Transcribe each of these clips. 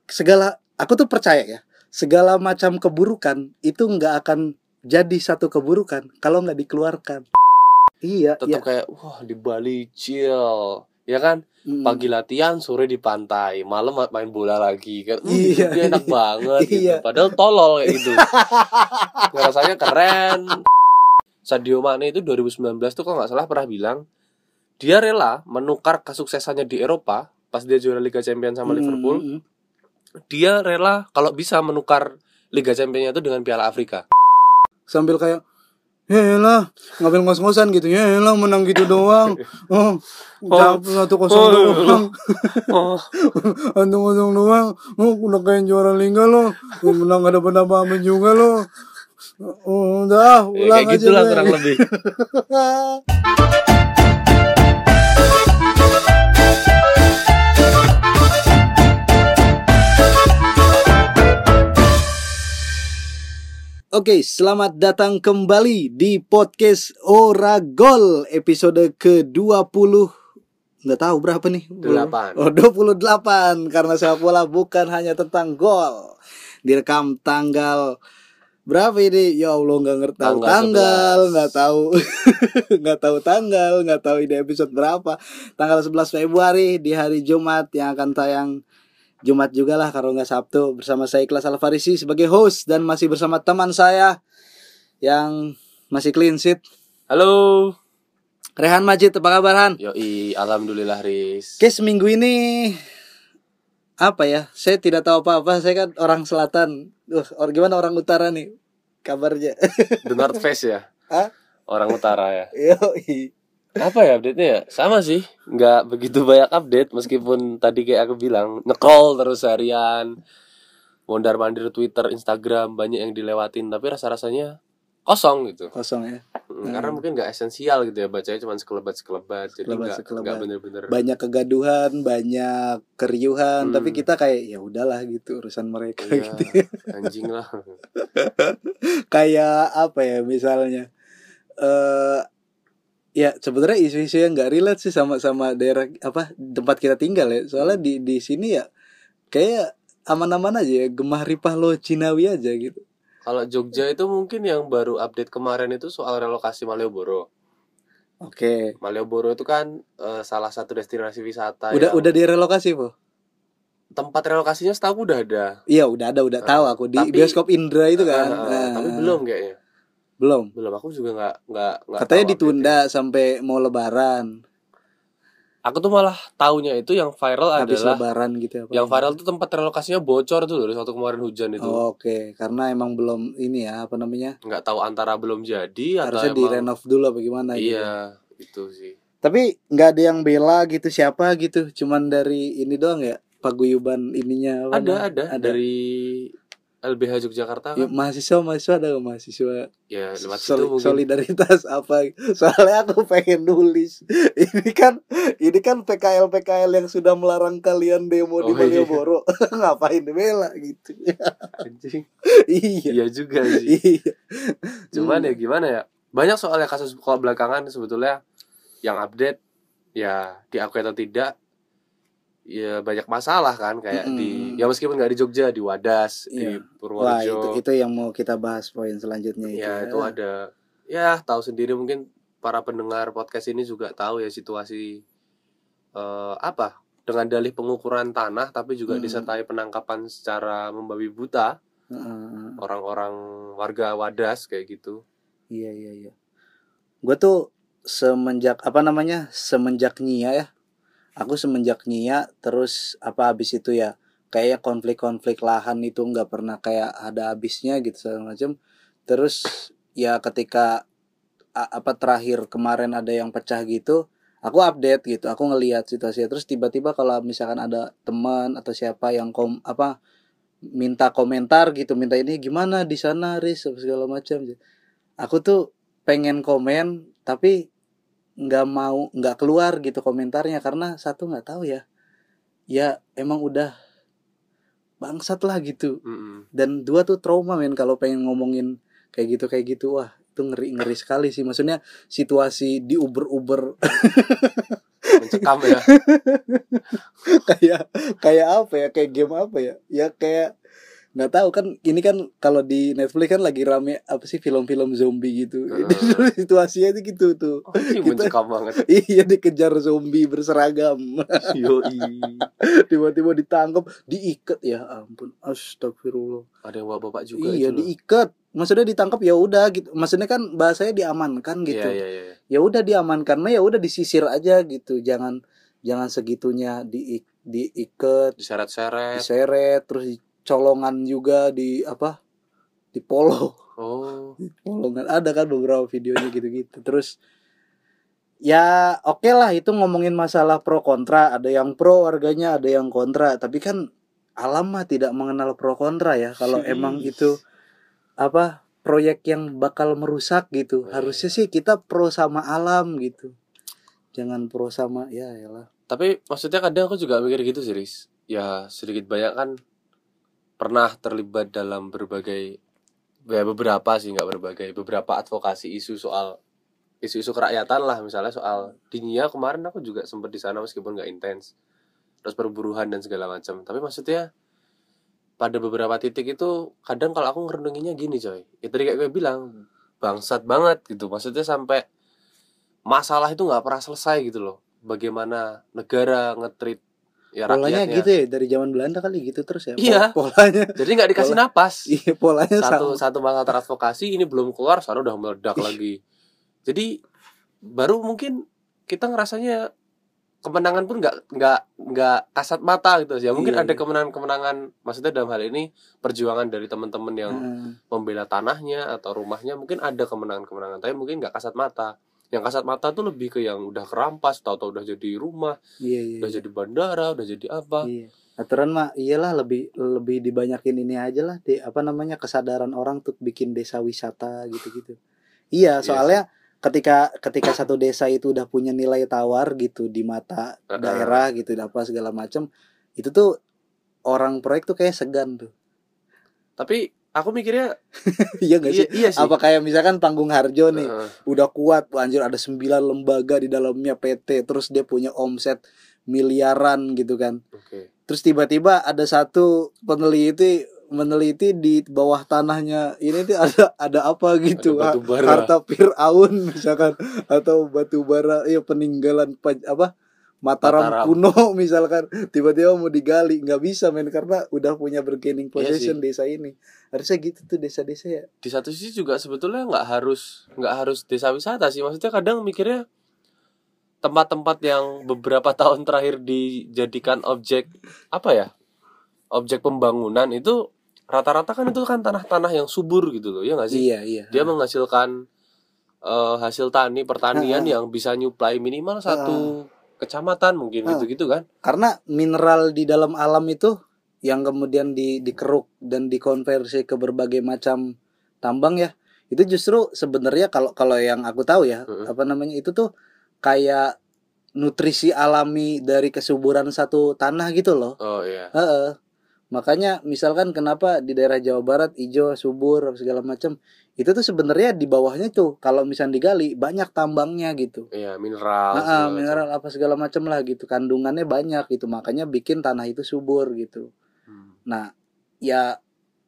aku tuh percaya ya, segala macam keburukan itu nggak akan jadi satu keburukan kalau nggak dikeluarkan. Iya, tetap iya. kayak wah di Bali chill, ya kan? Pagi latihan, sore di pantai, malam main bola lagi kan. Iya, Hidupnya enak banget iya. gitu. Padahal tolol kayak gitu. Rasanya keren. Sadio Mane itu 2019 tuh kalau nggak salah pernah bilang dia rela menukar kesuksesannya di Eropa pas dia juara Liga Champions sama Liverpool. Dia rela kalau bisa menukar Liga Champions itu dengan Piala Afrika. Sambil kayak lah, ngambil ngos-ngosan gitu. Lah, menang gitu doang. Capek 1-0 doang. 1-0 doang. Udah kayak juara liga lo. Menang gak dapat apa-apa juga lo. Udah, ulang kayak aja gitulah kurang lebih. Oke, selamat datang kembali di podcast Oragol episode ke-20. Nggak tahu berapa nih? 8. 28. Karena sepak bola bukan hanya tentang gol. Direkam tanggal berapa ini? Ya Allah, nggak ngerti tanggal, nggak tahu. nggak tahu tanggal, nggak tahu ini episode berapa. Tanggal 11 Februari di hari Jumat yang akan tayang Jumat juga lah kalau nggak Sabtu, bersama saya Ikhlas Alfarisi sebagai host dan masih bersama teman saya yang masih clean sheet. Halo Rehan Majid, apa kabar Han? Yoi, alhamdulillah Riz. Oke, seminggu ini apa ya? Saya tidak tahu apa-apa. Saya kan orang selatan. Gimana orang utara nih kabarnya? The North Face ya? Hah? Orang utara ya? Yoi. Apa ya update-nya ya? Sama sih, nggak begitu banyak update. Meskipun tadi kayak aku bilang nge-call terus harian, mondar-mandir Twitter, Instagram, banyak yang dilewatin. Tapi rasa-rasanya kosong gitu. Kosong ya. Karena mungkin nggak esensial gitu ya, bacanya cuma sekelebat. Jadi nggak bener-bener. Banyak kegaduhan, banyak keriuhan. Tapi kita kayak ya udahlah gitu urusan mereka iya, gitu. Anjing lah. Kayak apa ya misalnya? Ya sebenarnya isu-isu yang nggak relate sih sama daerah apa tempat kita tinggal ya. Soalnya di sini ya kayak aman-aman aja ya, gemah ripah lo Cinawi aja gitu. Kalau Jogja itu mungkin yang baru update kemarin itu soal relokasi Malioboro. Oke. Malioboro itu kan salah satu destinasi wisata. Udah direlokasi po? Tempat relokasinya setahu udah ada. Iya udah tahu aku di bioskop Indra itu kan. Tapi belum kayaknya. Belum. Aku juga nggak. Katanya ditunda sampai mau Lebaran. Aku tuh malah taunya itu yang viral habis adalah Lebaran gitu apa. Yang viral tuh tempat relokasinya bocor tuh dari waktu kemarin hujan itu. Oke. Karena emang belum ini ya apa namanya? Nggak tahu antara belum jadi harusnya atau direnov dulu apa gimana gitu. Iya, itu sih. Tapi nggak ada yang bela gitu siapa gitu. Cuman dari ini doang ya. Paguyuban ininya ada dari LBH Yogyakarta kan? Ya, mahasiswa ada gak mahasiswa? Ya lewat situ mungkin. Solidaritas apa? Soalnya aku pengen nulis. Ini kan PKL yang sudah melarang kalian demo di Malioboro. Iya. Ngapain dibela gitu? Anjing. Iya juga sih. Iya. Cuman ya gimana ya? Banyak soalnya kasus kalau belakangan sebetulnya yang update ya diakui atau tidak. Ya banyak masalah kan kayak ya meskipun nggak di Jogja, di Wadas, di Purworejo. Wah, itu yang mau kita bahas poin selanjutnya itu. Ya itu ada. Ya tahu sendiri mungkin para pendengar podcast ini juga tahu ya situasi dengan dalih pengukuran tanah tapi juga disertai penangkapan secara membabi buta orang-orang warga Wadas kayak gitu. Iya. Gue tuh semenjak Nia ya. Aku semenjak Nia terus habis itu ya kayak konflik lahan itu nggak pernah kayak ada habisnya gitu segala macam. Terus ya ketika terakhir kemarin ada yang pecah gitu, aku update gitu, aku ngelihat situasi. Terus tiba-tiba kalau misalkan ada teman atau siapa yang minta komentar gitu, minta ini gimana di sana Riz segala macam. Aku tuh pengen komen tapi nggak keluar gitu komentarnya karena satu nggak tahu ya emang udah bangsat lah gitu. Dan dua tuh trauma men kalau pengen ngomongin kayak gitu wah Itu ngeri sekali sih, maksudnya situasi di Uber Mencekam ya. kayak kayak apa ya, kayak game apa ya, ya kayak nggak tahu kan. Ini kan kalau di Netflix kan lagi rame apa sih, film-film zombie gitu. Situasinya itu gitu tuh, kita Mencekam banget. iya dikejar zombie berseragam. Yoi. Tiba-tiba ditangkap, diikat, ya ampun, astagfirullah. Ada yang bapak juga Iya, itu loh. diikat, maksudnya ditangkap ya udah gitu, maksudnya kan bahasanya diamankan gitu. Iya. Ya udah diamankan mah, ya udah disisir aja gitu, jangan segitunya diikat, Diseret-seret. diseret, terus dicolongan juga di apa, di polo. Oh. Polongan ada kan beberapa videonya gitu-gitu. Terus ya oke lah, itu ngomongin masalah pro kontra, ada yang pro warganya, ada yang kontra, tapi kan alam mah tidak mengenal pro kontra ya. Kalau emang itu apa, proyek yang bakal merusak gitu, harusnya sih kita pro sama alam gitu, jangan pro sama ya lah. Tapi maksudnya kadang aku juga mikir gitu sih, Riz. Ya sedikit banyak kan pernah terlibat dalam berbagai, ya beberapa sih, nggak berbagai, beberapa advokasi isu kerakyatan lah. Misalnya soal di Nia kemarin aku juga sempat di sana meskipun nggak intens, terus perburuhan dan segala macam. Tapi maksudnya pada beberapa titik itu kadang kalau aku ngerenunginya gini coy, ya tadi kayak gue bilang, bangsat banget gitu. Maksudnya sampai masalah itu nggak pernah selesai gitu loh. Bagaimana negara nge-treat ya Polanya rakyatnya gitu ya, dari zaman Belanda kali gitu terus ya. Iya. Polanya. Jadi nggak dikasih napas. Iya, polanya Satu masalah teradvokasi ini belum keluar, sana udah meledak lagi. Jadi baru mungkin kita ngerasanya kemenangan pun nggak kasat mata gitu ya. Mungkin ada kemenangan, maksudnya dalam hal ini perjuangan dari teman-teman yang membela tanahnya atau rumahnya, mungkin ada kemenangan, tapi mungkin nggak kasat mata. Yang kasat mata tuh lebih ke yang udah kerampas, tahu-tahu udah jadi rumah, udah jadi bandara, udah jadi apa. Aturan mah iyalah, lebih dibanyakin ini aja lah, apa namanya, kesadaran orang untuk bikin desa wisata gitu-gitu. Iya, soalnya ketika satu desa itu udah punya nilai tawar gitu di mata daerah gitu, apa segala macam, itu tuh orang proyek tuh kayak segan tuh. Tapi aku mikirnya iya gak sih? Iya sih. Apa kayak misalkan Panggung Harjo nih, udah kuat, anjir ada 9 lembaga di dalamnya PT, terus dia punya omset miliaran gitu kan. Terus tiba-tiba ada satu meneliti di bawah tanahnya ini tuh ada apa gitu, ada harta Fir'aun misalkan, atau batu bara ya peninggalan apa Mataram kuno misalkan, tiba-tiba mau digali, nggak bisa men, karena udah punya bargaining position desa ini. Harusnya gitu tuh desa-desa ya. Di satu sisi juga sebetulnya nggak harus desa wisata sih, maksudnya kadang mikirnya tempat-tempat yang beberapa tahun terakhir dijadikan objek pembangunan itu rata-rata kan itu kan tanah-tanah yang subur gitu loh, ya nggak sih? Iya. Dia menghasilkan hasil pertanian yang bisa nyuplai minimal satu kecamatan mungkin gitu kan? Karena mineral di dalam alam itu yang kemudian dikeruk dan dikonversi ke berbagai macam tambang ya, itu justru sebenarnya kalau yang aku tahu ya, apa namanya, itu tuh kayak nutrisi alami dari kesuburan satu tanah gitu loh. Oh iya. Makanya misalkan kenapa di daerah Jawa Barat hijau, subur, segala macam, itu tuh sebenarnya di bawahnya tuh kalau misalnya digali banyak tambangnya gitu. Iya, mineral. Mineral apa segala macam lah gitu, kandungannya banyak gitu, makanya bikin tanah itu subur gitu. Nah, ya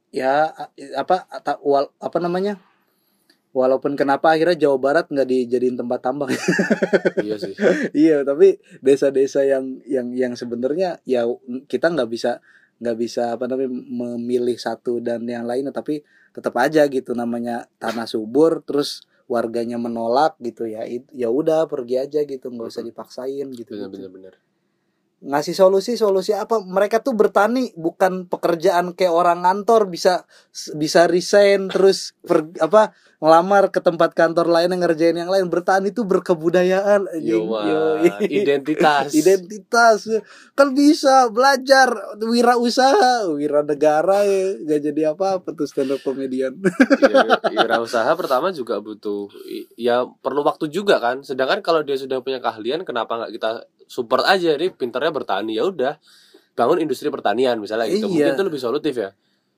apa namanya? Walaupun kenapa akhirnya Jawa Barat nggak dijadiin tempat tambang. Iya sih. Iya, tapi desa-desa yang sebenarnya ya kita nggak bisa apa namanya memilih satu dan yang lainnya, tapi tetap aja gitu, namanya tanah subur terus warganya menolak gitu ya, ya udah pergi aja gitu, nggak usah dipaksain gitu. Bener. Ngasih solusi apa, mereka tuh bertani bukan pekerjaan kayak orang kantor, bisa resign terus ngelamar ke tempat kantor lain yang ngerjain yang lain. Bertani tuh berkebudayaan. Identitas kan bisa belajar wirausaha, wiranegara ya, gak jadi apa-apa tuh stand up comedian. Wirausaha pertama juga butuh ya, perlu waktu juga kan. Sedangkan kalau dia sudah punya keahlian, kenapa nggak kita support aja nih, pintarnya bertani, ya udah bangun industri pertanian misalnya gitu. Mungkin itu lebih solutif ya.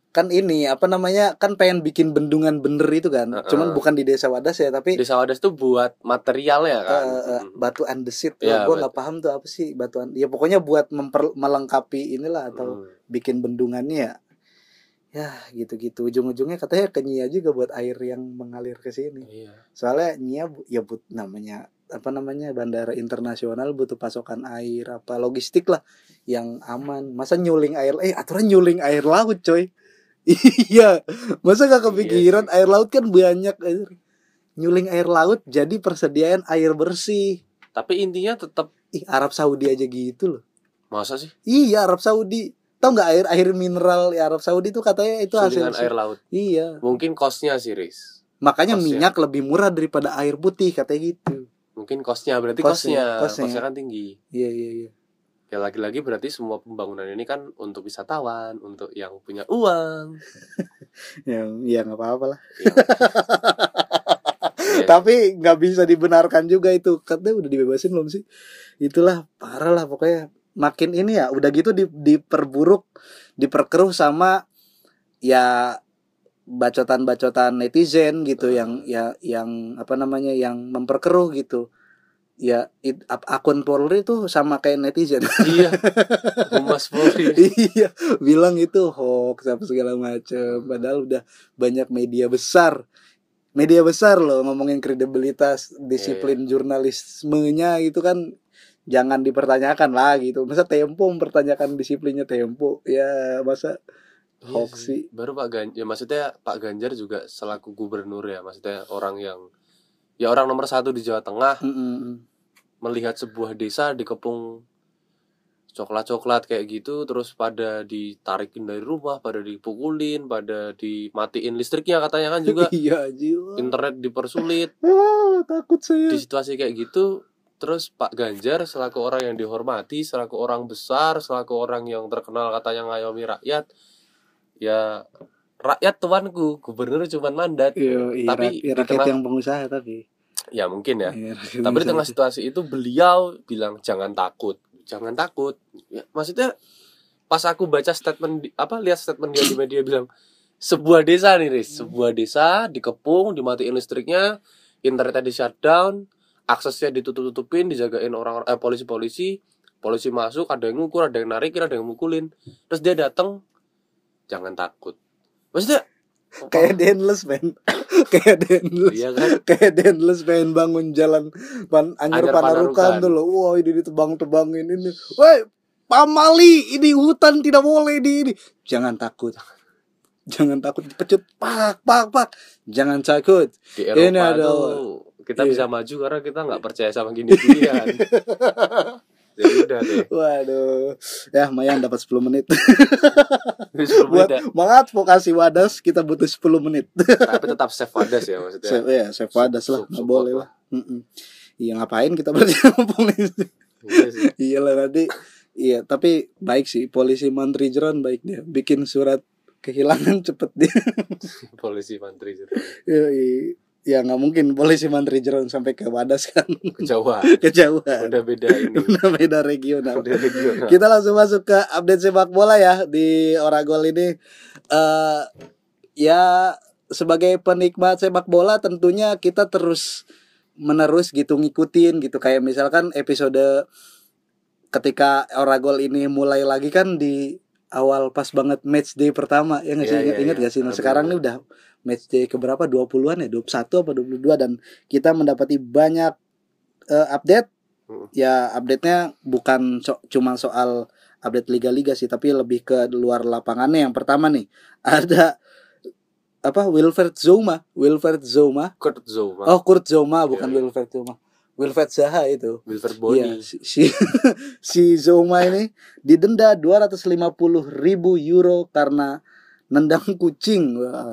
kan ini apa namanya, kan pengen bikin bendungan bener itu kan. Cuman bukan di Desa Wadas ya, tapi Desa Wadas tuh buat material ya kan. batu andesit. Ya, Gue nggak paham tuh apa sih batuan. Ya pokoknya buat melengkapi inilah atau bikin bendungannya ya. Ya gitu-gitu. Ujung-ujungnya katanya ke Nia juga buat air yang mengalir ke sini. Iya. Soalnya Nia ya namanya apa namanya, bandara internasional butuh pasokan air, apa logistik lah yang aman. Masa nyuling air, aturan nyuling air laut coy. Iya, masa gak kepikiran air laut kan banyak, nyuling air laut jadi persediaan air bersih. Tapi intinya tetap Arab Saudi aja gitu loh. Masa sih? Iya, Arab Saudi. Tahu nggak air mineral di Arab Saudi itu katanya itu sulingan hasil air laut. Iya. Mungkin cost-nya sih, Riz. Makanya minyak lebih murah daripada air putih katanya gitu. Mungkin cost-nya berarti cost-nya kan tinggi. Iya. Ya lagi-lagi berarti semua pembangunan ini kan untuk wisatawan, untuk yang punya uang. Ya nggak apa-apa lah. Tapi nggak bisa dibenarkan juga itu. Katanya udah dibebasin belum sih? Itulah parah lah pokoknya. Makin ini ya udah gitu diperburuk, diperkeruh sama ya bacotan-bacotan netizen gitu yang apa namanya, yang memperkeruh gitu. Ya akun Polri tuh sama kayak netizen. Iya. Humas Polri. Iya, bilang itu hoax apa segala macam. Padahal udah banyak media besar loh ngomongin kredibilitas, disiplin jurnalismenya gitu kan, jangan dipertanyakan lah gitu. Masa Tempo mempertanyakan disiplinnya Tempo? Ya masa hoax sih. Baru Pak Ganjar, ya maksudnya Pak Ganjar juga selaku gubernur ya, maksudnya orang yang ya orang nomor 1 di Jawa Tengah. Melihat sebuah desa dikepung coklat-coklat kayak gitu, terus pada ditarikin dari rumah, pada dipukulin, pada dimatiin listriknya katanya kan juga. Iya, jiwa. Internet dipersulit. Takut saya. Di situasi kayak gitu, terus Pak Ganjar selaku orang yang dihormati, selaku orang besar, selaku orang yang terkenal katanya ngayomi rakyat. Ya rakyat tuanku, gubernur cuma mandat. Tapi rakyat yang pengusaha tapi. Ya mungkin ya. Tapi di tengah situasi itu beliau bilang jangan takut. Ya, maksudnya pas aku baca statement lihat statement dia di media bilang sebuah desa nih, Riz. Sebuah desa dikepung, dimatiin listriknya, internetnya di shutdown, aksesnya ditutup-tutupin, dijagain orang polisi masuk, ada yang ngukur, ada yang narikin, ada yang mukulin. Terus dia datang, jangan takut. Maksudnya kayak Denles men. Iya kan? Kayak Denles pengen bangun jalan Anyar Panarukan tuh loh. Wah, ini ditebang-tebangin ini. Woi, pamali, ini hutan tidak boleh ini. Jangan takut, dipecut. Pak. Jangan takut. Di Eropa ini tuh kita bisa maju karena kita nggak percaya sama gini-ginian. Jadi udah deh. Waduh. Ya lumayan dapat 10 menit. 10 buat menit ya? mengadvokasi Wadas kita butuh 10 menit. Tapi tetap save Wadas ya maksudnya. Save Wadas lah, nggak boleh lah. Iya, ngapain kita berarti ngomongin. Iya lah nanti. Iya, tapi baik sih polisi Mantri Jeron, baik dia bikin surat kehilangan cepet dia. Polisi Mantri Jeron. Ya nggak mungkin polisi Mantri Jeron sampai ke Wadas kan. Kejauhan. Udah beda ini. Udah beda regional. Kita langsung masuk ke update sepak bola ya di Oragol ini. Ya sebagai penikmat sepak bola tentunya kita terus menerus gitu ngikutin gitu, kayak misalkan episode ketika Oragol ini mulai lagi kan di awal pas banget match day pertama ya nggak sih, ingat nggak sih? Nah sekarang ini udah match day keberapa, 20-an ya, 21 apa 22, dan kita mendapati banyak update. Ya update-nya bukan cuma soal update liga-liga sih, tapi lebih ke luar lapangannya. Yang pertama nih ada Wilfried Zouma. Kurt Zouma bukan Wilfried Zouma. Wilfried Zaha itu. Wilfried Bony. Ya, si Zouma ini didenda 250.000 euro karena nendang kucing.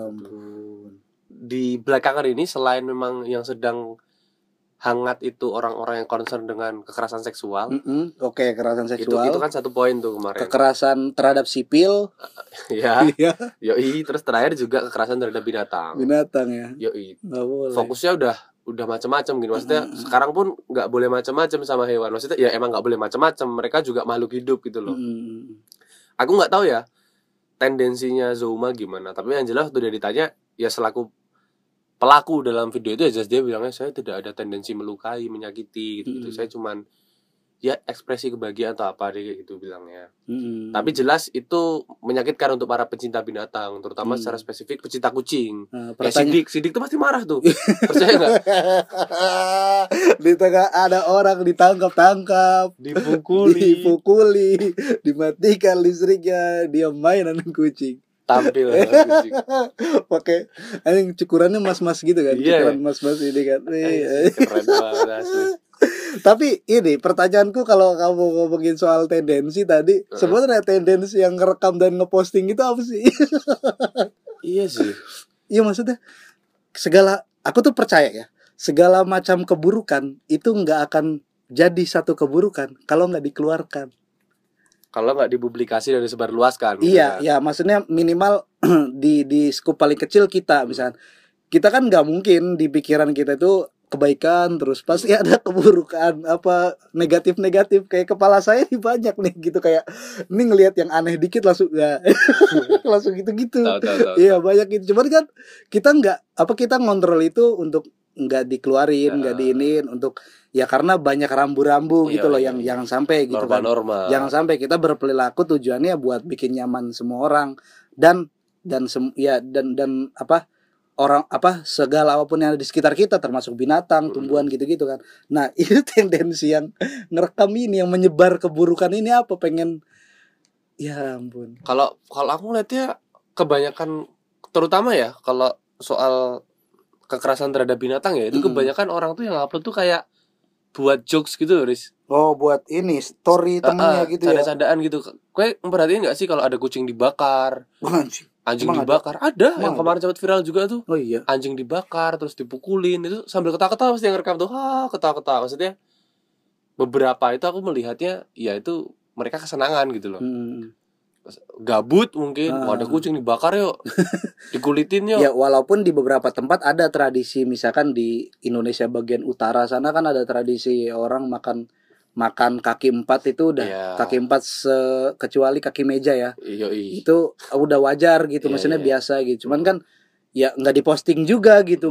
Di belakangan ini selain memang yang sedang hangat itu orang-orang yang concern dengan kekerasan seksual. Kekerasan seksual. Itu kan satu poin tuh kemarin. Kekerasan terhadap sipil. Ya. Yoi, terus terakhir juga kekerasan terhadap binatang. Binatang ya. Yoi. Fokusnya udah macam-macam gitu. Maksudnya sekarang pun nggak boleh macam-macam sama hewan. Maksudnya ya emang nggak boleh macam-macam. Mereka juga makhluk hidup gitu loh. Aku nggak tahu ya. tendensinya Zouma gimana. Tapi yang jelas waktu dia ditanya, ya selaku pelaku dalam video itu, ya jelas dia bilangnya saya tidak ada tendensi melukai, menyakiti gitu. Saya cuman ya ekspresi kebahagiaan atau apa dia gitu bilangnya. Tapi jelas itu menyakitkan untuk para pecinta binatang, terutama secara spesifik pecinta kucing. Kayak Sidik tuh pasti marah tuh. Percaya nggak? Di tengah ada orang ditangkap, dipukuli, dimatikan listriknya, dia mainan kucing. Tampil kucing. Pakai anjing cukurannya mas-mas gitu kan. Iya, cukuran mas-mas ini kan. Keren banget asli. Tapi ini pertanyaanku, kalau kamu ngomongin soal tendensi tadi, sebenarnya tendensi yang ngerekam dan ngeposting itu apa sih? Iya sih. Iya, maksudnya aku tuh percaya ya, segala macam keburukan itu nggak akan jadi satu keburukan kalau nggak dikeluarkan. Kalau nggak dipublikasi dan disebarluaskan. Iya, ya maksudnya minimal di skup paling kecil kita, misalnya kita kan nggak mungkin di pikiran kita itu kebaikan terus, pasti ada keburukan apa negatif kayak kepala saya ini banyak nih gitu, kayak ini ngelihat yang aneh dikit langsung ya langsung gitu iya banyak gitu. Cuman kan kita ngontrol itu untuk nggak dikeluarin, nggak diinin, untuk ya karena banyak rambu-rambu gitu loh, yang jangan sampai gitu kan, jangan sampai kita berperilaku tujuannya buat bikin nyaman semua orang dan apa orang apa segala apapun yang ada di sekitar kita, termasuk binatang, tumbuhan gitu-gitu kan. Nah, itu tendensi yang ngerekam ini, yang menyebar keburukan ini apa, pengen ya ampun. Kalau aku ngeliatnya kebanyakan, terutama ya kalau soal kekerasan terhadap binatang ya, itu kebanyakan orang tuh yang upload tuh kayak buat jokes gitu, Riz. Oh, buat ini story temennya gitu ya. Canda-candaan gitu. Kowe memperhatiin enggak sih kalau ada kucing dibakar? Anjing dibakar ada yang kemarin sempat viral juga tuh. Oh iya. Anjing dibakar terus dipukulin, itu sambil ketawa-ketawa pasti yang rekam tuh. Ketawa-ketawa. Maksudnya beberapa itu aku melihatnya ya itu mereka kesenangan gitu loh. Gabut mungkin, ada kucing dibakar yuk. Dikulitin yuk. Ya walaupun di beberapa tempat ada tradisi, misalkan di Indonesia bagian utara sana kan ada tradisi orang makan kaki 4 itu udah kaki 4 kecuali kaki meja ya. Itu udah wajar gitu, maksudnya biasa gitu. Cuman kan ya nggak diposting juga gitu,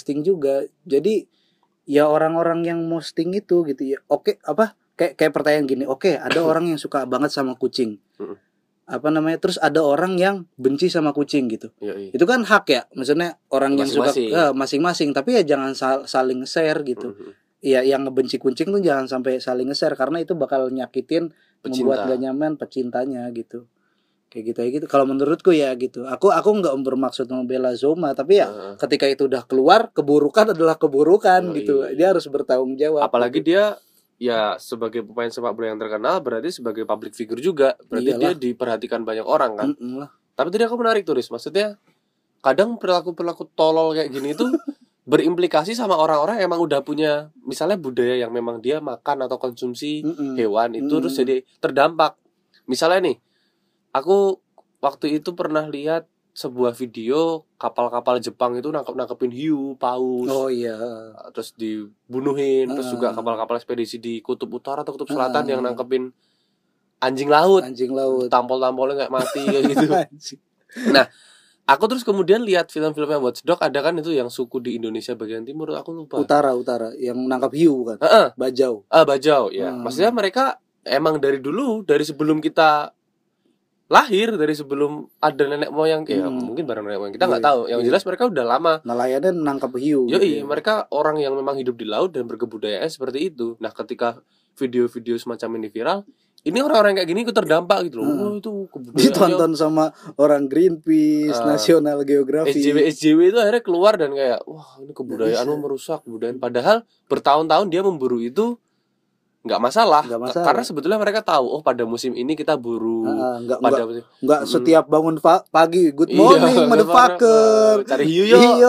Jadi ya orang-orang yang posting itu gitu ya. Oke, apa kayak pertanyaan gini, oke, ada orang yang suka banget sama kucing. Apa namanya? Terus ada orang yang benci sama kucing gitu. Itu kan hak ya, maksudnya orang yang suka masing-masing, tapi ya jangan saling share gitu. Iya, yang ngebenci kucing tuh jangan sampai saling nge-share, karena itu bakal nyakitin, membuat gak nyaman pecintanya gitu. Kayak gitu. Kalau menurutku ya gitu. Aku nggak bermaksud membela Zouma, tapi ya ketika itu udah keluar, keburukan adalah keburukan gitu. Dia harus bertanggung jawab. Apalagi dia ya sebagai pemain sepak bola yang terkenal, berarti sebagai public figure juga. Berarti dia diperhatikan banyak orang kan. Tapi tadi aku menarik tuh, Riz. Maksudnya kadang perilaku tolol kayak gini tuh berimplikasi sama orang-orang yang emang udah punya misalnya budaya yang memang dia makan atau konsumsi hewan itu terus jadi terdampak. Misalnya nih, aku waktu itu pernah lihat sebuah video kapal-kapal Jepang itu nangkepin hiu, paus. Oh iya. Terus dibunuhin, terus juga kapal-kapal ekspedisi di kutub utara atau kutub selatan yang nangkepin anjing laut. Tampol-tampolnya kayak mati kayak gitu. Nah, aku terus kemudian lihat film-filmnya Watch Dogs, ada kan itu yang suku di Indonesia bagian timur, aku lupa. Utara yang nangkap hiu kan. Bajau. Bajau ya. Maksudnya mereka emang dari dulu, dari sebelum kita lahir, dari sebelum ada nenek moyang, ya mungkin bareng nenek moyang kita nggak tahu. Yang jelas mereka udah lama nelayannya nangkap hiu. Mereka orang yang memang hidup di laut dan berkebudayaan seperti itu. Nah, ketika video-video semacam ini viral, ini orang-orang kayak gini ikut terdampak gitu loh. Itu kebudayaan ditonton sama orang Greenpeace, National Geographic, SJW itu akhirnya keluar dan kayak wah, ini kebudayaanmu merusak kebudayaan. Padahal bertahun-tahun dia memburu itu nggak masalah. Karena sebetulnya mereka tahu pada musim ini kita buru. Nggak setiap bangun pagi good morning motherfucker cari hiu yo.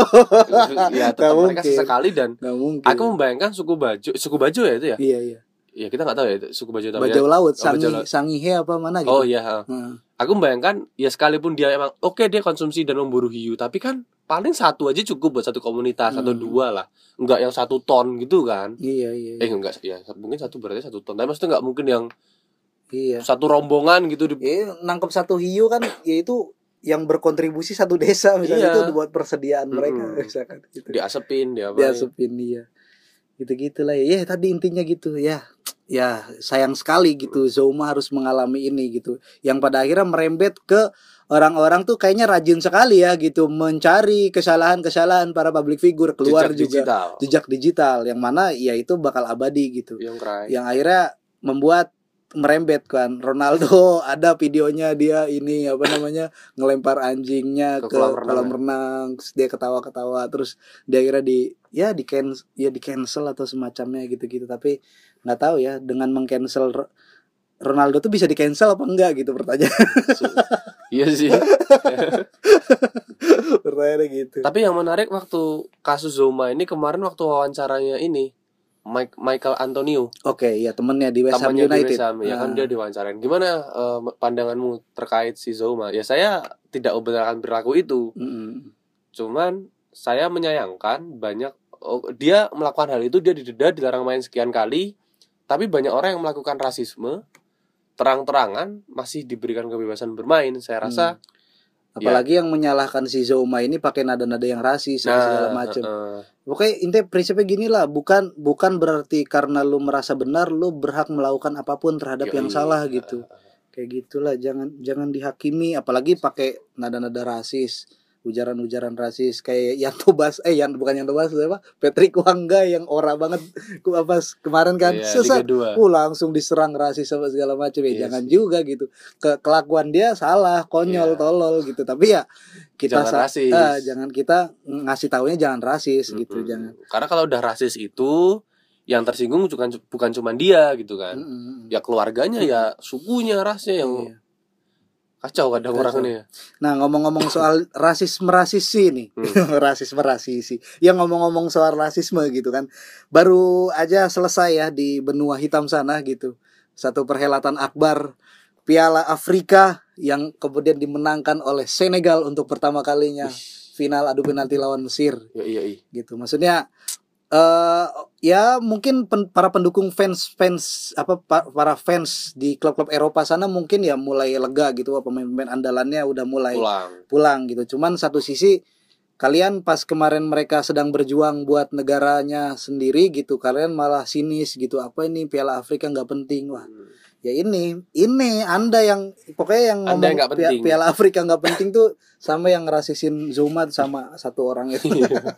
Ya tetap mereka sesekali. Dan aku membayangkan suku Bajo ya itu ya. Iya. Ya kita nggak tahu ya itu suku Bajo Bajau laut, Sangihe apa mana gitu. Oh iya. Aku membayangkan ya sekalipun dia emang dia konsumsi dan memburu hiu, tapi kan paling satu aja cukup buat satu komunitas atau dua lah, enggak yang 1 ton gitu kan. Iya. Enggak ya, mungkin satu berarti 1 ton, tapi maksudnya enggak mungkin yang Iya. Satu rombongan gitu di Nangkep satu hiu kan, ya itu yang berkontribusi satu desa misalnya, Iya. itu buat persediaan mereka misalkan gitu. diasepin, diapain. Diasupin dia. Gitu-gitulah ya. Ya tadi intinya gitu ya. Ya sayang sekali gitu Zouma harus mengalami ini gitu. Yang pada akhirnya merembet ke orang-orang tuh kayaknya rajin sekali ya gitu mencari kesalahan-kesalahan para public figure, keluar jejak digital yang mana ya itu bakal abadi gitu. Yang akhirnya membuat merembet kan. Ronaldo ada videonya dia ini apa namanya ngelempar anjingnya ke kolam renang, terus dia ketawa-ketawa, terus dia akhirnya di cancel atau semacamnya gitu-gitu. Tapi nggak tahu ya dengan mengcancel Ronaldo tuh bisa di cancel apa enggak gitu pertanyaan. Iya sih. Pertanyaannya gitu. Tapi yang menarik waktu kasus Zouma ini kemarin waktu wawancaranya ini Michael Antonio. Oke, ya temennya di West Ham United. Ya kan dia diwawancarain. Gimana pandanganmu terkait si Zouma? Ya saya tidak membenarkan perilaku itu. Cuman saya menyayangkan dia melakukan hal itu, dia didenda, dilarang main sekian kali. Tapi banyak orang yang melakukan rasisme terang-terangan masih diberikan kebebasan bermain. Saya rasa apalagi yang menyalahkan si Zouma ini pakai nada-nada yang rasis segala macam. Pokoknya intinya prinsipnya gini lah, bukan berarti karena lu merasa benar lu berhak melakukan apapun terhadap yang salah gitu. Kayak gitulah, jangan dihakimi apalagi pakai nada-nada rasis, ujaran-ujaran rasis kayak Yanto Bas apa? Patrick Wangga yang ora banget kemarin kan langsung diserang rasis sama segala macam ya. Jangan juga gitu. Kelakuan dia salah, konyol, tolol gitu. Tapi ya kita jangan kita ngasih taunya jangan rasis gitu, jangan. Karena kalau udah rasis itu yang tersinggung bukan cuma dia gitu kan. Ya keluarganya, ya sukunya, rasnya yang kacau kadang orang ini ya. Nah ngomong-ngomong soal rasisme nih rasisme ya ngomong-ngomong soal rasisme gitu kan, baru aja selesai ya di benua hitam sana gitu satu perhelatan akbar Piala Afrika yang kemudian dimenangkan oleh Senegal untuk pertama kalinya final adu penalti lawan Mesir. Iya. Gitu maksudnya. Ya mungkin para pendukung para fans di klub-klub Eropa sana mungkin ya mulai lega gitu, pemain-pemain andalannya udah mulai pulang gitu. Cuman satu sisi kalian pas kemarin mereka sedang berjuang buat negaranya sendiri gitu, kalian malah sinis gitu, apa ini Piala Afrika nggak penting. Wah ya ini Anda yang pokoknya yang ngomong Piala Afrika nggak penting tuh sama yang ngerasisin Zouma sama satu orang itu.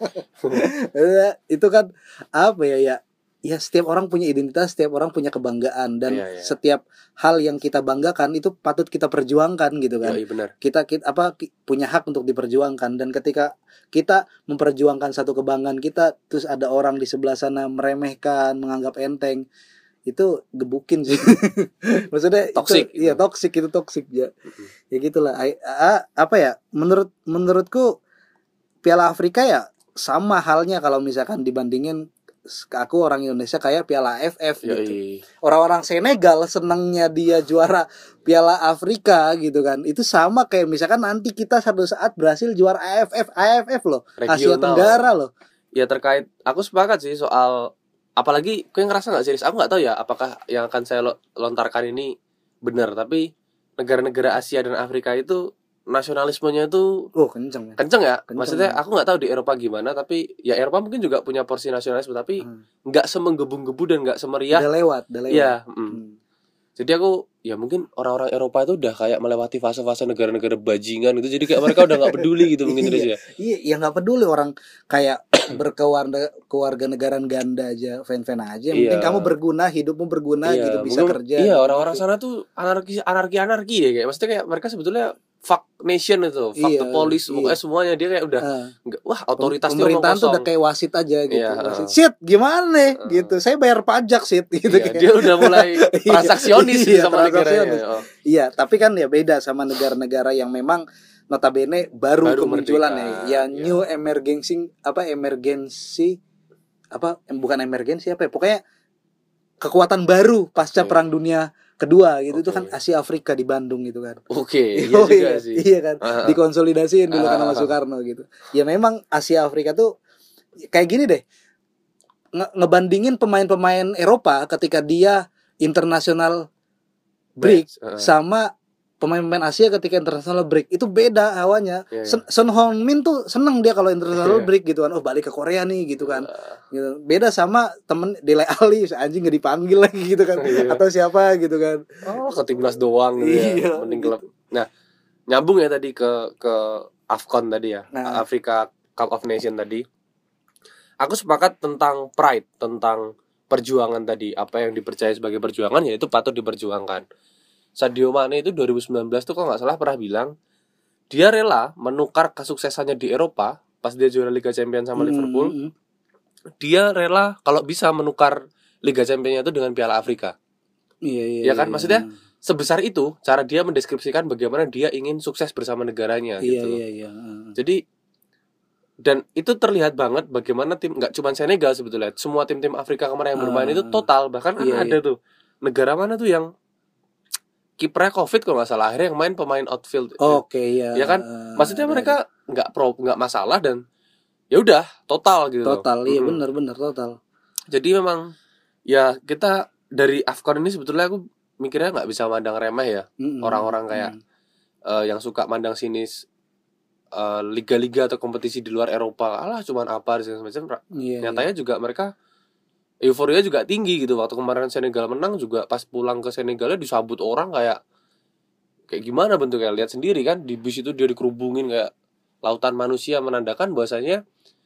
Itu kan apa ya setiap orang punya identitas, setiap orang punya kebanggaan, dan setiap hal yang kita banggakan itu patut kita perjuangkan gitu kan. Benar. Kita punya hak untuk diperjuangkan, dan ketika kita memperjuangkan satu kebanggaan kita terus ada orang di sebelah sana meremehkan, menganggap enteng, itu gebukin sih. Maksudnya toksik. Toksik ya. Ya gitulah. Apa ya? Menurutku Piala Afrika ya sama halnya kalau misalkan dibandingin aku orang Indonesia kayak Piala AFF gitu. Orang-orang Senegal senangnya dia juara Piala Afrika gitu kan. Itu sama kayak misalkan nanti kita satu saat berhasil juara AFF loh. Asia Tenggara loh. Ya terkait aku sepakat sih soal, apalagi kau yang ngerasa nggak serius, aku nggak tahu ya apakah yang akan saya lontarkan ini benar, tapi negara-negara Asia dan Afrika itu nasionalismenya itu kenceng ya. Maksudnya aku nggak tahu di Eropa gimana, tapi ya Eropa mungkin juga punya porsi nasionalisme, tapi nggak semenggebu-gebu dan nggak semeriah. Udah lewat. Ya, Jadi aku ya mungkin orang-orang Eropa itu udah kayak melewati fase-fase negara-negara bajingan gitu. Jadi kayak mereka udah nggak peduli gitu mungkin Indonesia. Iya nggak peduli orang kayak berkeluarga negaraan ganda aja, fan-fan aja. Yang penting kamu berguna, hidupmu berguna gitu, bisa kerja. Iya, orang-orang sana tuh anarki ya kayak. Maksudnya kayak mereka sebetulnya fuck nation itu, fuck the police, pokoknya semuanya dia kayak udah otoritas pemerintahan tuh udah kayak wasit aja gitu. Wasit. Shit, gimana gitu. Saya bayar pajak shit gitu kayak. Dia udah mulai transaksionis sama negaranya. Iya, tapi kan ya beda sama negara-negara yang memang notabene baru kemunculan new emergency bukan emergency pokoknya kekuatan baru pasca Perang Dunia Kedua gitu. Itu kan Asia Afrika di Bandung gitu kan. Juga sih. Iya kan. Dikonsolidasiin dulu kan sama Soekarno gitu. Ya memang Asia Afrika tuh kayak gini deh. Ngebandingin pemain-pemain Eropa ketika dia internasional break Match, sama pemain-pemain Asia ketika international break itu beda hawanya. Iya. Son Heung-min tuh seneng dia kalau international Iya. break gitu kan. Oh, balik ke Korea nih gitu kan. Gitu. Beda sama temen Dele Alli, anjing gak dipanggil lagi gitu kan. Iya. Atau siapa gitu kan. Oh, ke timnas doang gitu ya. Iya, Mending gitu. klub. Nah, nyambung ya tadi ke AFCON tadi ya. Nah. Africa Cup of Nation tadi. Aku sepakat tentang pride, tentang perjuangan tadi. Apa yang dipercaya sebagai perjuangan ya itu patut diperjuangkan. Sadio Mane itu 2019 tuh kalau nggak salah pernah bilang dia rela menukar kesuksesannya di Eropa pas dia juara Liga Champions sama Liverpool. Dia rela kalau bisa menukar Liga Champions itu dengan Piala Afrika. Iya Ya kan, maksudnya sebesar itu cara dia mendeskripsikan bagaimana dia ingin sukses bersama negaranya gitu. Iya. Jadi dan itu terlihat banget bagaimana tim, nggak cuma Senegal sebetulnya, semua tim-tim Afrika kemarin yang bermain itu total, bahkan ada tuh negara mana tuh yang kipernya COVID kalau nggak salah, akhirnya yang main pemain outfield. Oke, ya. Ya kan, maksudnya mereka nggak masalah dan ya udah total gitu. Total, iya benar total. Jadi memang ya kita dari AFCON ini sebetulnya aku mikirnya nggak bisa mandang remeh ya orang-orang kayak yang suka mandang sinis liga-liga atau kompetisi di luar Eropa, alah cuman apa dan semacam. Nyatanya juga mereka euforia juga tinggi gitu. Waktu kemarin Senegal menang juga pas pulang ke Senegalnya disambut orang kayak gimana bentuknya, lihat sendiri kan, di bis itu dia dikerubungin kayak lautan manusia, menandakan bahwasanya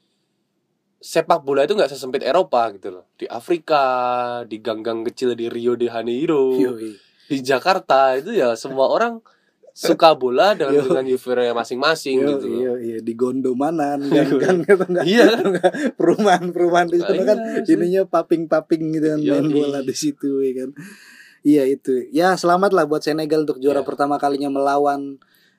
sepak bola itu nggak sesempit Eropa gitu loh. Di Afrika, di gang-gang kecil di Rio de Janeiro, di Jakarta itu ya semua orang suka bola dengan euforia masing-masing gitu loh. Iya, di Gondomanan gang-gang gitu enggak. Iya, perumahan di sana kan ininya paping-paping gitu kan, main bola di situ ya kan. Iya itu. Ya selamat lah buat Senegal untuk juara pertama kalinya melawan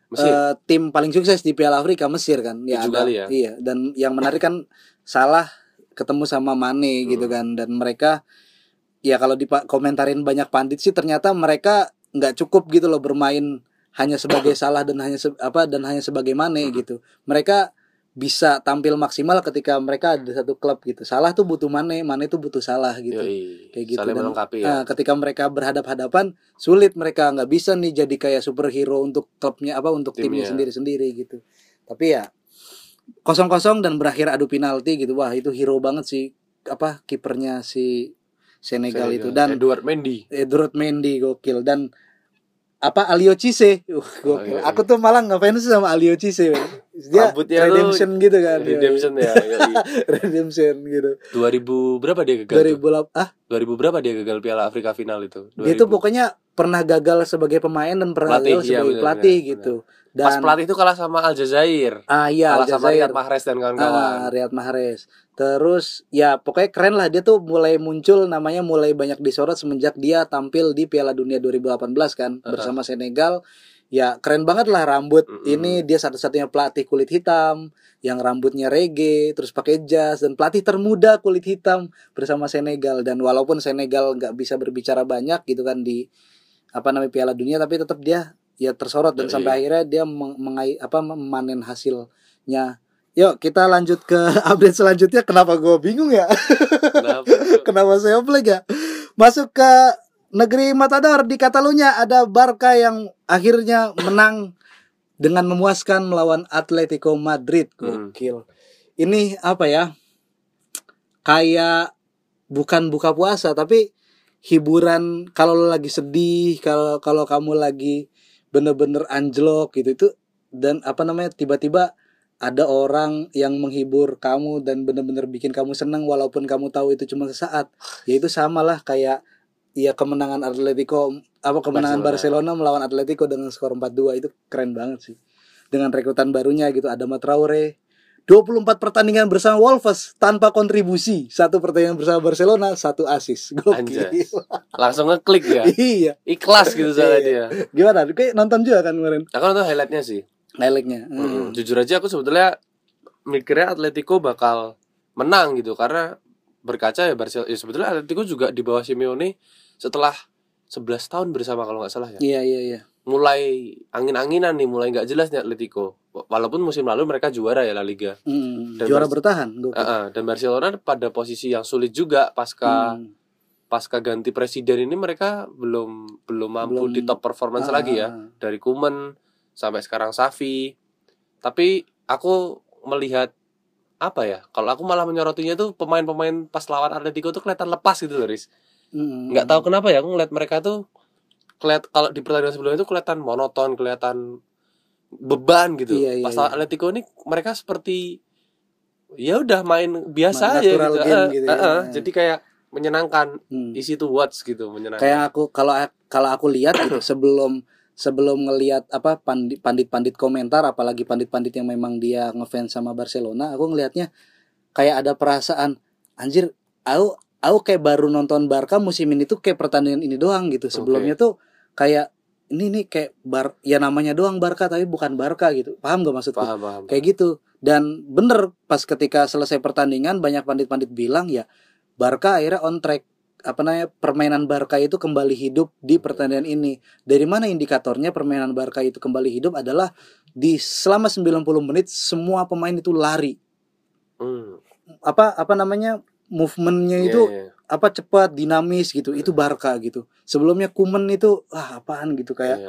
tim paling sukses di Piala Afrika, Mesir kan. Ya, iya, dan yang menarik kan Salah ketemu sama Mane gitu kan, dan mereka ya kalau dikomentarin banyak pandit sih ternyata mereka nggak cukup gitu loh bermain hanya sebagai Salah dan hanya sebagai Mane gitu. Mereka bisa tampil maksimal ketika mereka ada satu klub gitu. Salah tuh butuh Mane tuh butuh Salah gitu. Kayak gitu. Saling melengkapi ya. Ketika mereka berhadap-hadapan sulit, mereka nggak bisa nih jadi kayak superhero untuk klubnya untuk timnya sendiri-sendiri gitu. Tapi ya 0-0 dan berakhir adu penalti gitu. Wah, itu hero banget sih kipernya si Senegal itu, dan Edouard Mendy gokil, dan Aliou Cisse gokil. Aku tuh malah ngefans sama Aliou Cisse. Dia rambutnya redemption gitu kan. Redemption ya. Redemption gitu. 2000 berapa dia gagal? 2000 berapa dia gagal Piala Afrika final itu? 2000. Dia tuh pokoknya pernah gagal sebagai pemain dan pernah gagal sebagai pelatih gitu. Dan pas pelatih itu kalah sama Aljazair. Iya, kalah sama Riyad Mahrez dan kawan-kawan. Riyad Mahrez. Terus ya pokoknya keren lah, dia tuh mulai muncul, namanya mulai banyak disorot semenjak dia tampil di Piala Dunia 2018 kan bersama Senegal. Ya keren banget lah rambut. Ini dia satu-satunya pelatih kulit hitam yang rambutnya reggae, terus pakai jas, dan pelatih termuda kulit hitam bersama Senegal. Dan walaupun Senegal nggak bisa berbicara banyak gitu kan di Piala Dunia, tapi tetap dia ya tersorot dan sampai akhirnya dia memanen hasilnya. Yuk kita lanjut ke update selanjutnya. Kenapa gue bingung ya? Kenapa saya blank ya? Masuk ke negeri Matador, di Catalunya ada Barca yang akhirnya menang dengan memuaskan melawan Atletico Madrid. Gokil. Ini kayak bukan buka puasa tapi hiburan kalau lo lagi sedih, kalau kamu lagi bener-bener anjlok gitu itu, dan tiba-tiba ada orang yang menghibur kamu dan bener-bener bikin kamu senang walaupun kamu tahu itu cuma sesaat. Ya itu samalah kayak kemenangan Barcelona melawan Atletico dengan skor 4-2 itu keren banget sih. Dengan rekrutan barunya gitu, Adama Traore 24 pertandingan bersama Wolves tanpa kontribusi, 1 pertandingan bersama Barcelona, 1 assist. Gokil. Langsung ngeklik ya. Iya. Ikhlas gitu soalnya dia. Gimana? Kayak nonton juga kan kemarin? Aku nonton highlightnya sih. Jujur aja aku sebetulnya mikirnya Atletico bakal menang gitu, karena berkaca ya Barcelona. Ya sebetulnya Atletico juga di bawah Simeone setelah 11 tahun bersama kalau nggak salah ya. Iya. Mulai angin-anginan nih, mulai nggak jelas nih Atletico. Walaupun musim lalu mereka juara ya La Liga. Juara bertahan. Dan Barcelona pada posisi yang sulit juga pasca pasca ganti presiden ini mereka belum mampu Belum. di top performance lagi ya. Dari Koeman sampai sekarang Xavi. Tapi aku melihat apa ya? Kalau aku malah menyorotinya tuh pemain-pemain pas lawan Atletico tuh kelihatan lepas gitu loh, Riz. Nggak tahu kenapa ya, aku ngeliat mereka tuh kalau di pertandingan sebelumnya itu kelihatan monoton, kelihatan beban gitu. Iya, Pas iya. lawan Atletico ini mereka seperti ya udah main biasa aja Natural gitu. game gitu ya. Jadi kayak menyenangkan, Hmm. easy to watch gitu, menyenangkan. Kayak aku kalau aku lihat gitu sebelum ngelihat apa pandit-pandit komentar, apalagi pandit-pandit yang memang dia ngefans sama Barcelona, aku ngelihatnya kayak ada perasaan anjir, aku kayak baru nonton Barca musim ini tuh kayak pertandingan ini doang gitu. Sebelumnya tuh kayak ini nih kayak ya namanya doang Barca tapi bukan Barca gitu. Paham gak maksudku? Paham. Kayak gitu. Dan bener pas ketika selesai pertandingan banyak pandit-pandit bilang ya Barca akhirnya on track. Apa namanya, permainan Barca itu kembali hidup di pertandingan ini. Dari mana indikatornya permainan Barca itu kembali hidup adalah di selama 90 menit semua pemain itu lari. Apa namanya, movementnya itu apa cepat, dinamis gitu. Itu Barca gitu. Sebelumnya Koeman itu apaan gitu kayak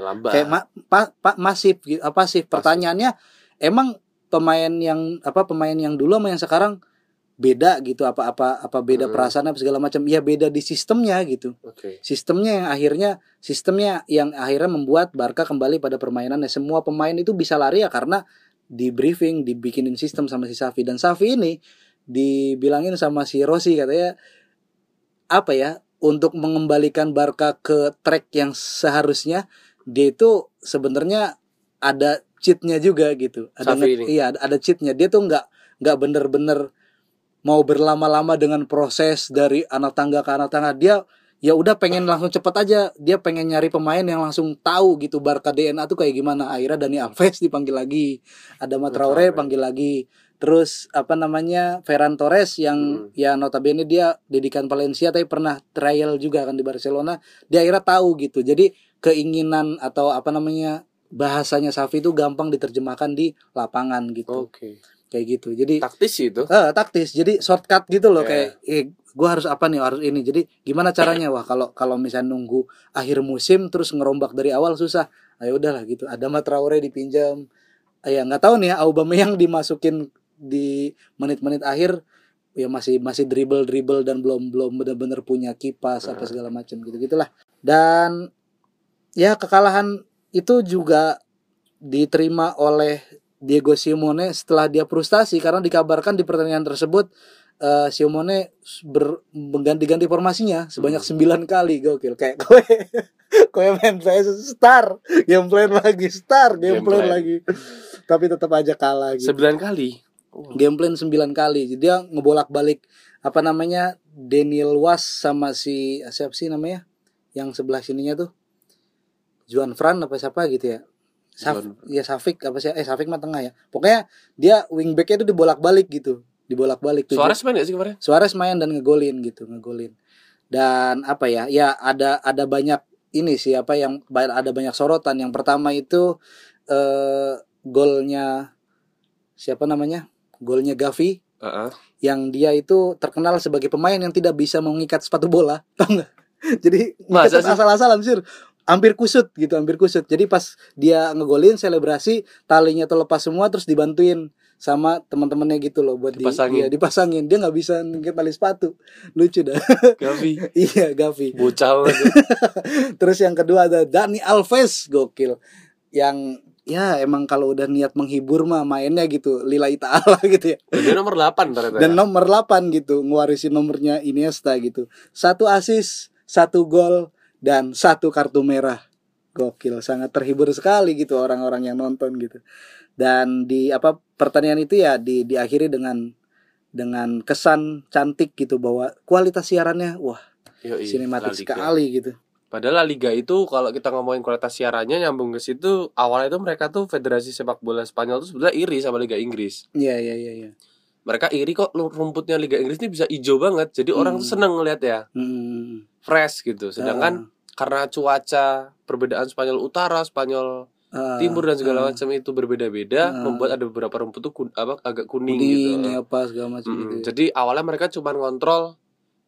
masif gitu. Apa sih pertanyaannya, emang pemain yang dulu sama yang sekarang beda gitu, apa beda perasaan apa segala macam, ya beda di sistemnya gitu. Sistemnya yang akhirnya membuat Barca kembali pada permainannya. Semua pemain itu bisa lari ya karena di briefing, dibikinin sistem sama si Xavi. Dan Xavi ini dibilangin sama si Rossi katanya apa ya, untuk mengembalikan Barca ke track yang seharusnya, dia itu sebenarnya ada cheatnya juga gitu. Ada cheatnya. Dia tuh nggak bener-bener mau berlama-lama dengan proses dari anak tangga ke anak tangga. Dia ya udah pengen langsung cepet aja. Dia pengen nyari pemain yang langsung tahu gitu Barca DNA tuh kayak gimana. Akhirnya Dani Alves dipanggil lagi, Adama Traore panggil lagi. Terus apa namanya, Ferran Torres yang ya notabene dia didikan Valencia tapi pernah trial juga kan di Barcelona. Dia akhirnya tahu gitu. Jadi keinginan atau apa namanya, bahasanya Xavi itu gampang diterjemahkan di lapangan gitu. Kayak gitu. Jadi taktis itu. Taktis. Jadi shortcut gitu loh, kayak gue harus apa nih, harus ini. Jadi gimana caranya? Wah, kalau misalnya nunggu akhir musim terus ngerombak dari awal susah. Ayo udahlah gitu. Adama Traore dipinjam. Ya nggak tahu nih ya, Aubameyang dimasukin di menit-menit akhir ya masih dribble dan belum benar-benar punya kipas apa segala macam gitu-gitulah. Dan ya kekalahan itu juga diterima oleh Diego Simeone setelah dia frustasi karena dikabarkan di pertandingan tersebut Simeone mengganti-ganti formasinya sebanyak 9 kali. Gokil, kayak kowe main PS star gameplay lagi tapi tetap aja kalah gitu. 9 kali. Gameplay 9 kali. Jadi dia ngebolak-balik apa namanya, Daniel Was sama siapa sih namanya yang sebelah sininya tuh, Juan Fran apa siapa gitu ya. Safik apa sih? Safik mah tengah ya. Pokoknya dia wingbacknya itu dibolak-balik gitu. Suarez main gak sih kemarin? Suarez main dan ngegolin. Dan apa ya? Ya ada banyak ini sih apa yang ada banyak sorotan. Yang pertama itu golnya siapa namanya? Golnya Gavi. Yang dia itu terkenal sebagai pemain yang tidak bisa mengikat sepatu bola. Tahu enggak? Jadi asal-asalan sih. Hampir kusut. Jadi pas dia ngegolin selebrasi, talinya tuh lepas semua terus dibantuin sama teman-temannya gitu loh buat dipasangin. Dia nggak bisa ngikat tali sepatu. Lucu dah. Gavi. Iya, Gavi. Bocah. Terus yang kedua ada Dani Alves, gokil. Yang ya emang kalau udah niat menghibur mah mainnya gitu lillahi ta'ala gitu ya. Dia nomor 8 ternyata. Dan nomor 8 gitu, ngewarisin nomornya Iniesta gitu. 1 assist, 1 gol dan 1 kartu merah. Gokil, sangat terhibur sekali gitu orang-orang yang nonton gitu. Dan di pertandingan itu ya diakhiri dengan kesan cantik gitu bahwa kualitas siarannya sinematik sekali gitu. Padahal La Liga itu kalau kita ngomongin kualitas siarannya nyambung ke situ, awalnya itu mereka tuh Federasi Sepak Bola Spanyol tuh sebenarnya iri sama Liga Inggris. Iya. Mereka iri kok rumputnya Liga Inggris ini bisa hijau banget. Jadi orang tuh seneng ngeliat ya. Fresh gitu. Sedangkan karena cuaca, perbedaan Spanyol Utara, Spanyol Timur dan segala macam itu berbeda-beda, membuat ada beberapa rumput tuh agak kuning gitu. Apa segala macam gitu. Jadi awalnya mereka cuma ngontrol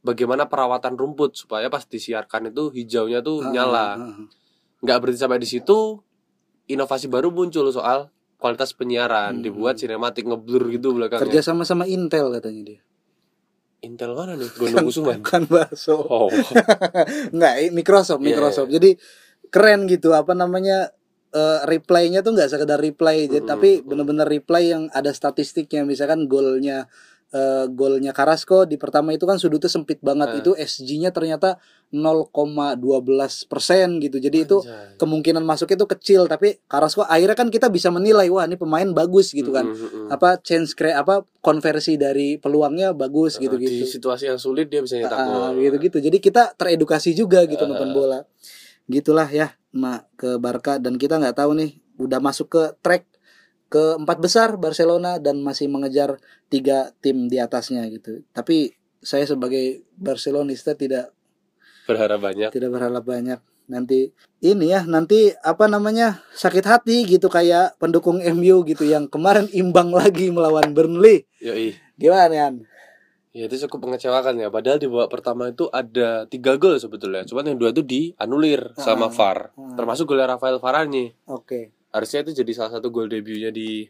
bagaimana perawatan rumput supaya pas disiarkan itu hijaunya tuh nyala. Nggak berhenti sampai di situ, inovasi baru muncul soal kualitas penyiaran, dibuat sinematik ngeblur gitu belakangnya. Kerja sama Intel katanya dia. Intel mana nih? Gondong Kusuman. Kan bakso. Oh. Enggak, Microsoft. Jadi keren gitu, apa namanya, reply-nya tuh nggak sekedar reply, tapi benar-benar reply yang ada statistiknya. Misalkan golnya Carrasco di pertama itu kan sudutnya sempit banget, itu SG-nya ternyata 0,12% gitu. Jadi itu kemungkinan masuknya itu kecil, tapi Carrasco akhirnya kan kita bisa menilai, wah ini pemain bagus gitu kan. Konversi dari peluangnya bagus gitu-gitu. Di situasi yang sulit dia bisa nyetak gol. Gitu-gitu. Jadi kita teredukasi juga gitu nonton bola. Gitulah ya, ke Barca, dan kita nggak tahu nih udah masuk ke track ke-4 besar Barcelona dan masih mengejar 3 tim di atasnya gitu. Tapi saya sebagai Barcelonista tidak berharap banyak. Nanti sakit hati gitu kayak pendukung MU gitu yang kemarin imbang lagi melawan Burnley. Yoi. Gimana Yan? Ya itu cukup mengecewakan ya. Padahal di babak pertama itu ada 3 gol sebetulnya. Cuman yang 2 itu dianulir sama VAR. Termasuk golnya Rafael Varane. Oke. Harusnya itu jadi salah satu gol debutnya di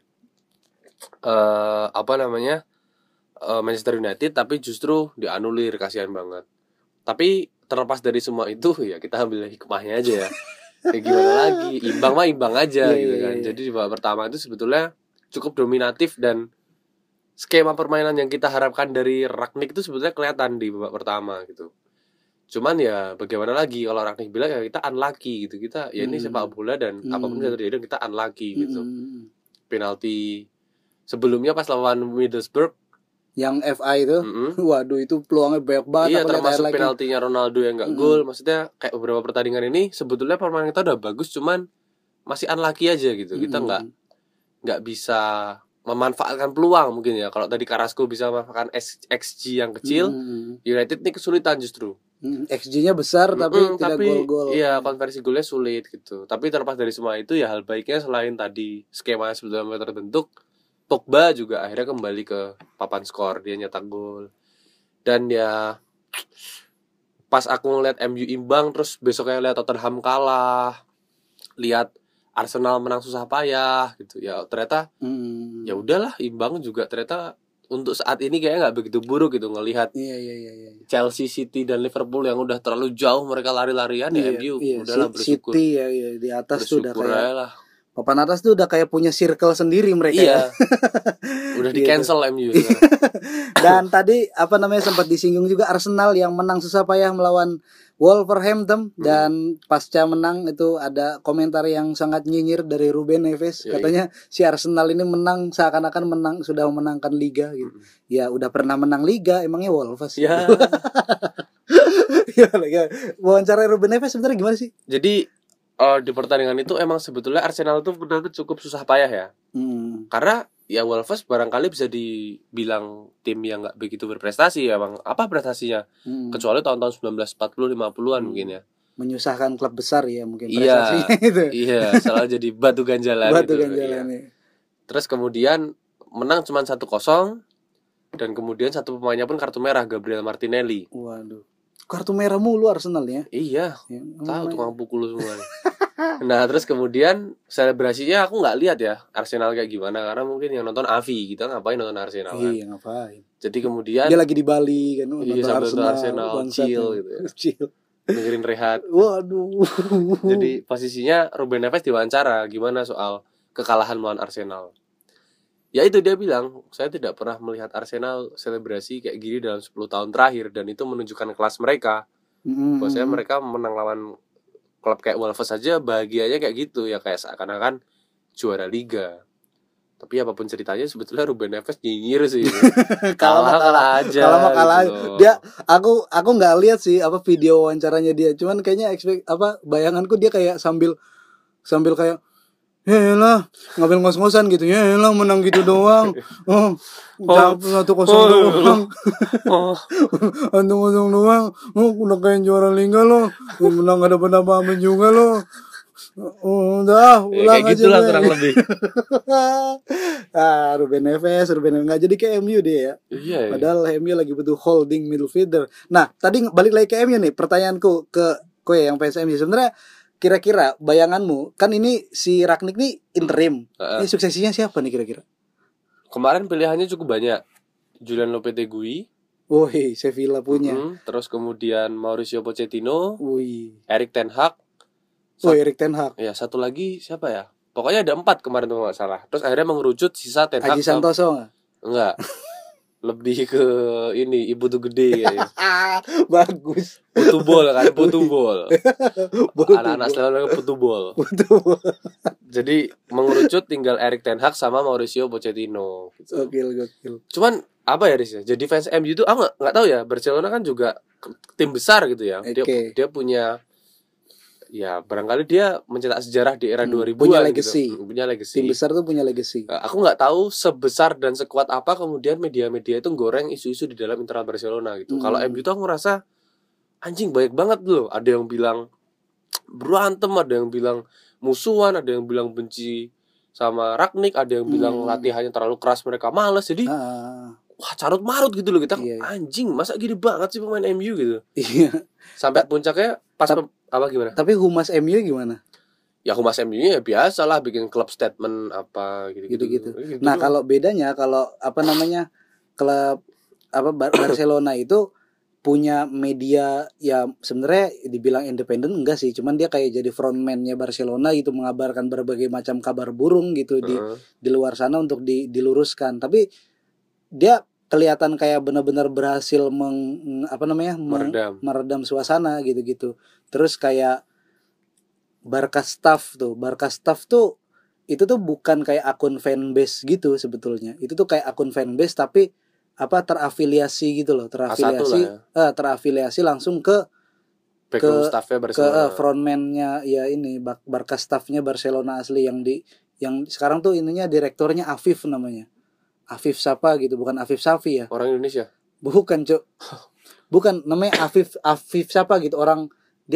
Manchester United, tapi justru dianulir, kasihan banget. Tapi terlepas dari semua itu ya kita ambil hikmahnya aja ya. Kayak gimana lagi, imbang aja gitu kan. Jadi di babak pertama itu sebetulnya cukup dominatif dan skema permainan yang kita harapkan dari Rangnick itu sebetulnya kelihatan di babak pertama gitu. Cuman ya bagaimana lagi, kalau Rangnick bilang ya kita unlucky gitu. Kita ya ini sepak bola dan apapun bisa terjadi, kita unlucky gitu. Penalti sebelumnya pas lawan Middlesbrough yang FA itu, waduh itu peluangnya banyak banget. Iya, termasuk penaltinya Ronaldo yang nggak gol. Maksudnya kayak beberapa pertandingan ini sebetulnya permainan kita udah bagus, cuman masih unlucky aja gitu. Kita nggak bisa memanfaatkan peluang mungkin ya. Kalau tadi Carrasco bisa memanfaatkan XG yang kecil, United ini kesulitan justru. XG-nya besar tapi tidak gol-gol. Iya, konversi golnya sulit gitu. Tapi terlepas dari semua itu ya hal baiknya selain tadi skema sebetulnya terbentuk, Pogba juga akhirnya kembali ke papan skor, dia nyetak gol. Dan ya pas aku ngeliat MU imbang, terus besoknya lihat Tottenham kalah, lihat Arsenal menang susah payah gitu. Ya ternyata ya udahlah, imbang juga ternyata untuk saat ini kayaknya nggak begitu buruk gitu ngelihat. Iya. Chelsea, City dan Liverpool yang udah terlalu jauh mereka lari-larian, ya MU udahlah bersyukur. City ya di atas tuh udah kayak lah. Papan atas tuh udah kayak punya circle sendiri mereka. Iya. Udah di cancel MU. Dan tadi sempat disinggung juga Arsenal yang menang susah payah melawan Wolverhampton, dan pasca menang itu ada komentar yang sangat nyinyir dari Ruben Neves. Katanya si Arsenal ini menang seakan-akan sudah memenangkan liga gitu. Ya udah pernah menang liga, emangnya Wolves. Ya. Wawancara Ruben Neves sebenarnya gimana sih? Jadi di pertandingan itu emang sebetulnya Arsenal tuh benar cukup susah payah ya. Karena ya Wolves barangkali bisa dibilang tim yang gak begitu berprestasi ya bang. Apa prestasinya? Kecuali tahun-tahun 1940-50an mungkin ya. Menyusahkan klub besar ya mungkin prestasinya itu. Iya, selalu jadi batu ganjalan. Iya. Terus kemudian menang cuma 1-0, dan kemudian satu pemainnya pun kartu merah, Gabriel Martinelli. Waduh. Kartu merah mulu Arsenal ya. Iya. Tahu tukang pukul semua. Nah, terus kemudian selebrasinya aku nggak lihat ya Arsenal kayak gimana, karena mungkin yang nonton Avi, kita ngapain nonton Arsenal kan? Iya, ngapain. Jadi kemudian dia lagi di Bali kan, nonton Arsenal chill gitu ya. Chill. Dengerin rehat. Waduh. Jadi posisinya Ruben Neves diwawancara gimana soal kekalahan melawan Arsenal. Ya itu dia bilang, saya tidak pernah melihat Arsenal selebrasi kayak gini dalam 10 tahun terakhir, dan itu menunjukkan kelas mereka. Bahwasanya mereka menang lawan klub kayak Wolves saja bahagianya kayak gitu ya, kayak seakan-akan juara liga. Tapi apapun ceritanya sebetulnya Ruben Neves nyinyir sih. kalah aja. Kalah. Gitu. Dia aku nggak lihat sih video wawancaranya dia. Cuman kayaknya bayanganku dia kayak sambil kayak lah ngambil ngos-ngosan gitu. Lah menang gitu doang. Jatuh 1-0 doang. Untung doang. Udah kayak juara liga lo. Menang gak dapat apa-apa juga lo. Udah, ulang kayak aja. gitulah Bang. kurang lebih. Ruben Neves nggak jadi ke MU dia ya. Iya. Padahal MU lagi butuh holding midfielder. Nah, tadi balik lagi ke MU nih. Pertanyaanku ke kowe yang fans MU sebenarnya kira-kira bayanganmu kan ini si Rangnick nih interim. Ini suksesinya siapa nih kira-kira? Kemarin pilihannya cukup banyak. Julian Lopetegui. Woi, Sevilla punya. Terus kemudian Mauricio Pochettino. Wih. Erik ten Hag. Erik ten Hag. Ya, satu lagi siapa ya? Pokoknya ada 4 kemarin tuh nggak salah. Terus akhirnya mengerucut sisa ten Hag. Haji Santoso nggak? Enggak. Lebih ke ini Ibu tuh gede kayaknya. Bagus. Putubol kan, Putubol. Anak-anak selalu Putubol. Jadi mengerucut tinggal Erik ten Hag sama Mauricio Pochettino gitu. Gokil. Cuman apa ya Riz ya? Jadi fans MU itu aku nggak tahu ya. Barcelona kan juga tim besar gitu ya. Dia punya ya barangkali dia mencetak sejarah di era 2000-an punya legacy. Gitu. Punya legacy. Tim besar tuh punya legacy. Aku nggak tahu sebesar dan sekuat apa kemudian media-media itu goreng isu-isu di dalam internal Barcelona gitu. Kalau MU tuh aku ngerasa anjing banyak banget loh. Ada yang bilang berantem, ada yang bilang musuhan, ada yang bilang benci sama Rangnick, ada yang bilang latihannya terlalu keras mereka malas. Jadi wah carut marut gitu loh kita. Anjing masa gini banget sih pemain MU gitu. Iya. Sampai puncaknya pas apa gimana? Tapi humas MU gimana? Ya humas MU ya biasa lah bikin klub statement apa gitu. Nah kalau bedanya kalau klub Barcelona itu punya media ya sebenarnya dibilang independen enggak sih, cuman dia kayak jadi frontman-nya Barcelona gitu, mengabarkan berbagai macam kabar burung gitu di luar sana untuk diluruskan. Tapi dia kelihatan kayak benar-benar berhasil meredam suasana gitu. Terus kayak Barca staff tuh itu tuh bukan kayak akun fanbase gitu sebetulnya. Itu tuh kayak akun fanbase tapi terafiliasi gitu loh, terafiliasi langsung ke staffnya Barcelona. Ke frontman-nya ya ini Barca staffnya Barcelona asli yang sekarang tuh ininya direkturnya Afif namanya. Afif siapa gitu, bukan Afif Safi ya. Orang Indonesia? Bukan, Cuk. Bukan, namanya Afif siapa gitu, orang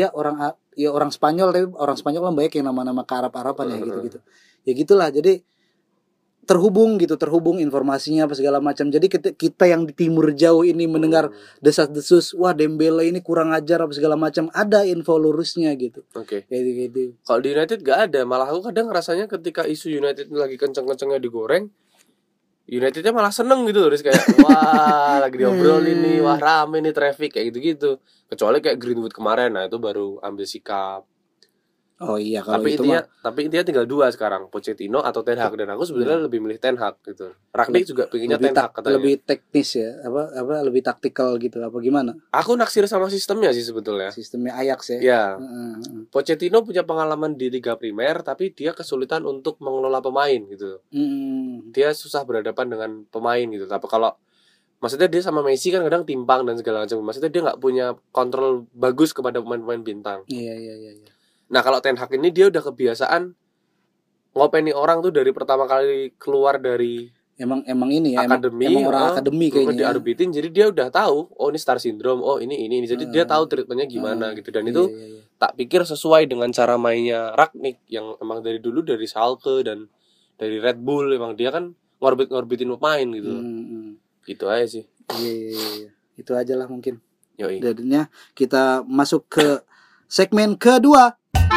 Spanyol, tapi orang Spanyol kan banyak yang nama-nama ke Arab-Araban ya gitu. Ya gitulah. Jadi terhubung informasinya apa segala macam. Jadi kita yang di timur jauh ini mendengar desas-desus, wah Dembele ini kurang ajar apa segala macam, ada info lurusnya gitu. Oke. Gitu. Kalau di United gak ada, malah aku kadang rasanya ketika isu United lagi kenceng-kencengnya digoreng, Unitednya malah seneng gitu terus kayak wah lagi diobrolin nih, wah rame nih traffic kayak gitu-gitu. Kecuali kayak Greenwood kemarin, nah itu baru ambil sikap. Oh iya kalau tapi intinya tinggal 2 sekarang, Pochettino atau Ten Hag, dan aku sebenarnya lebih milih Ten Hag gitu. Rangnick juga pengennya Ten Hag katanya. Lebih teknis ya, lebih taktikal gitu apa gimana? Aku naksir sama sistemnya sih sebetulnya. Sistemnya Ajax ya. Ya. Pochettino punya pengalaman di Liga Primer tapi dia kesulitan untuk mengelola pemain gitu. Dia susah berhadapan dengan pemain gitu. Tapi kalau maksudnya dia sama Messi kan kadang timpang dan segala macam. Maksudnya dia nggak punya kontrol bagus kepada pemain-pemain bintang. Iya. Nah kalau Ten Hag ini dia udah kebiasaan ngopeni orang tuh dari pertama kali keluar dari emang ini ya akademi, emang orang akademi kayaknya diarbitin, jadi dia udah tahu ini star syndrome, ini jadi dia tahu treatmentnya gimana gitu, dan itu tak pikir sesuai dengan cara mainnya Rangnick yang emang dari dulu dari Schalke dan dari Red Bull, emang dia kan ngorbitin pemain gitu. Gitu aja sih. Iya. Itu aja lah mungkin. Jadinya kita masuk ke segmen kedua.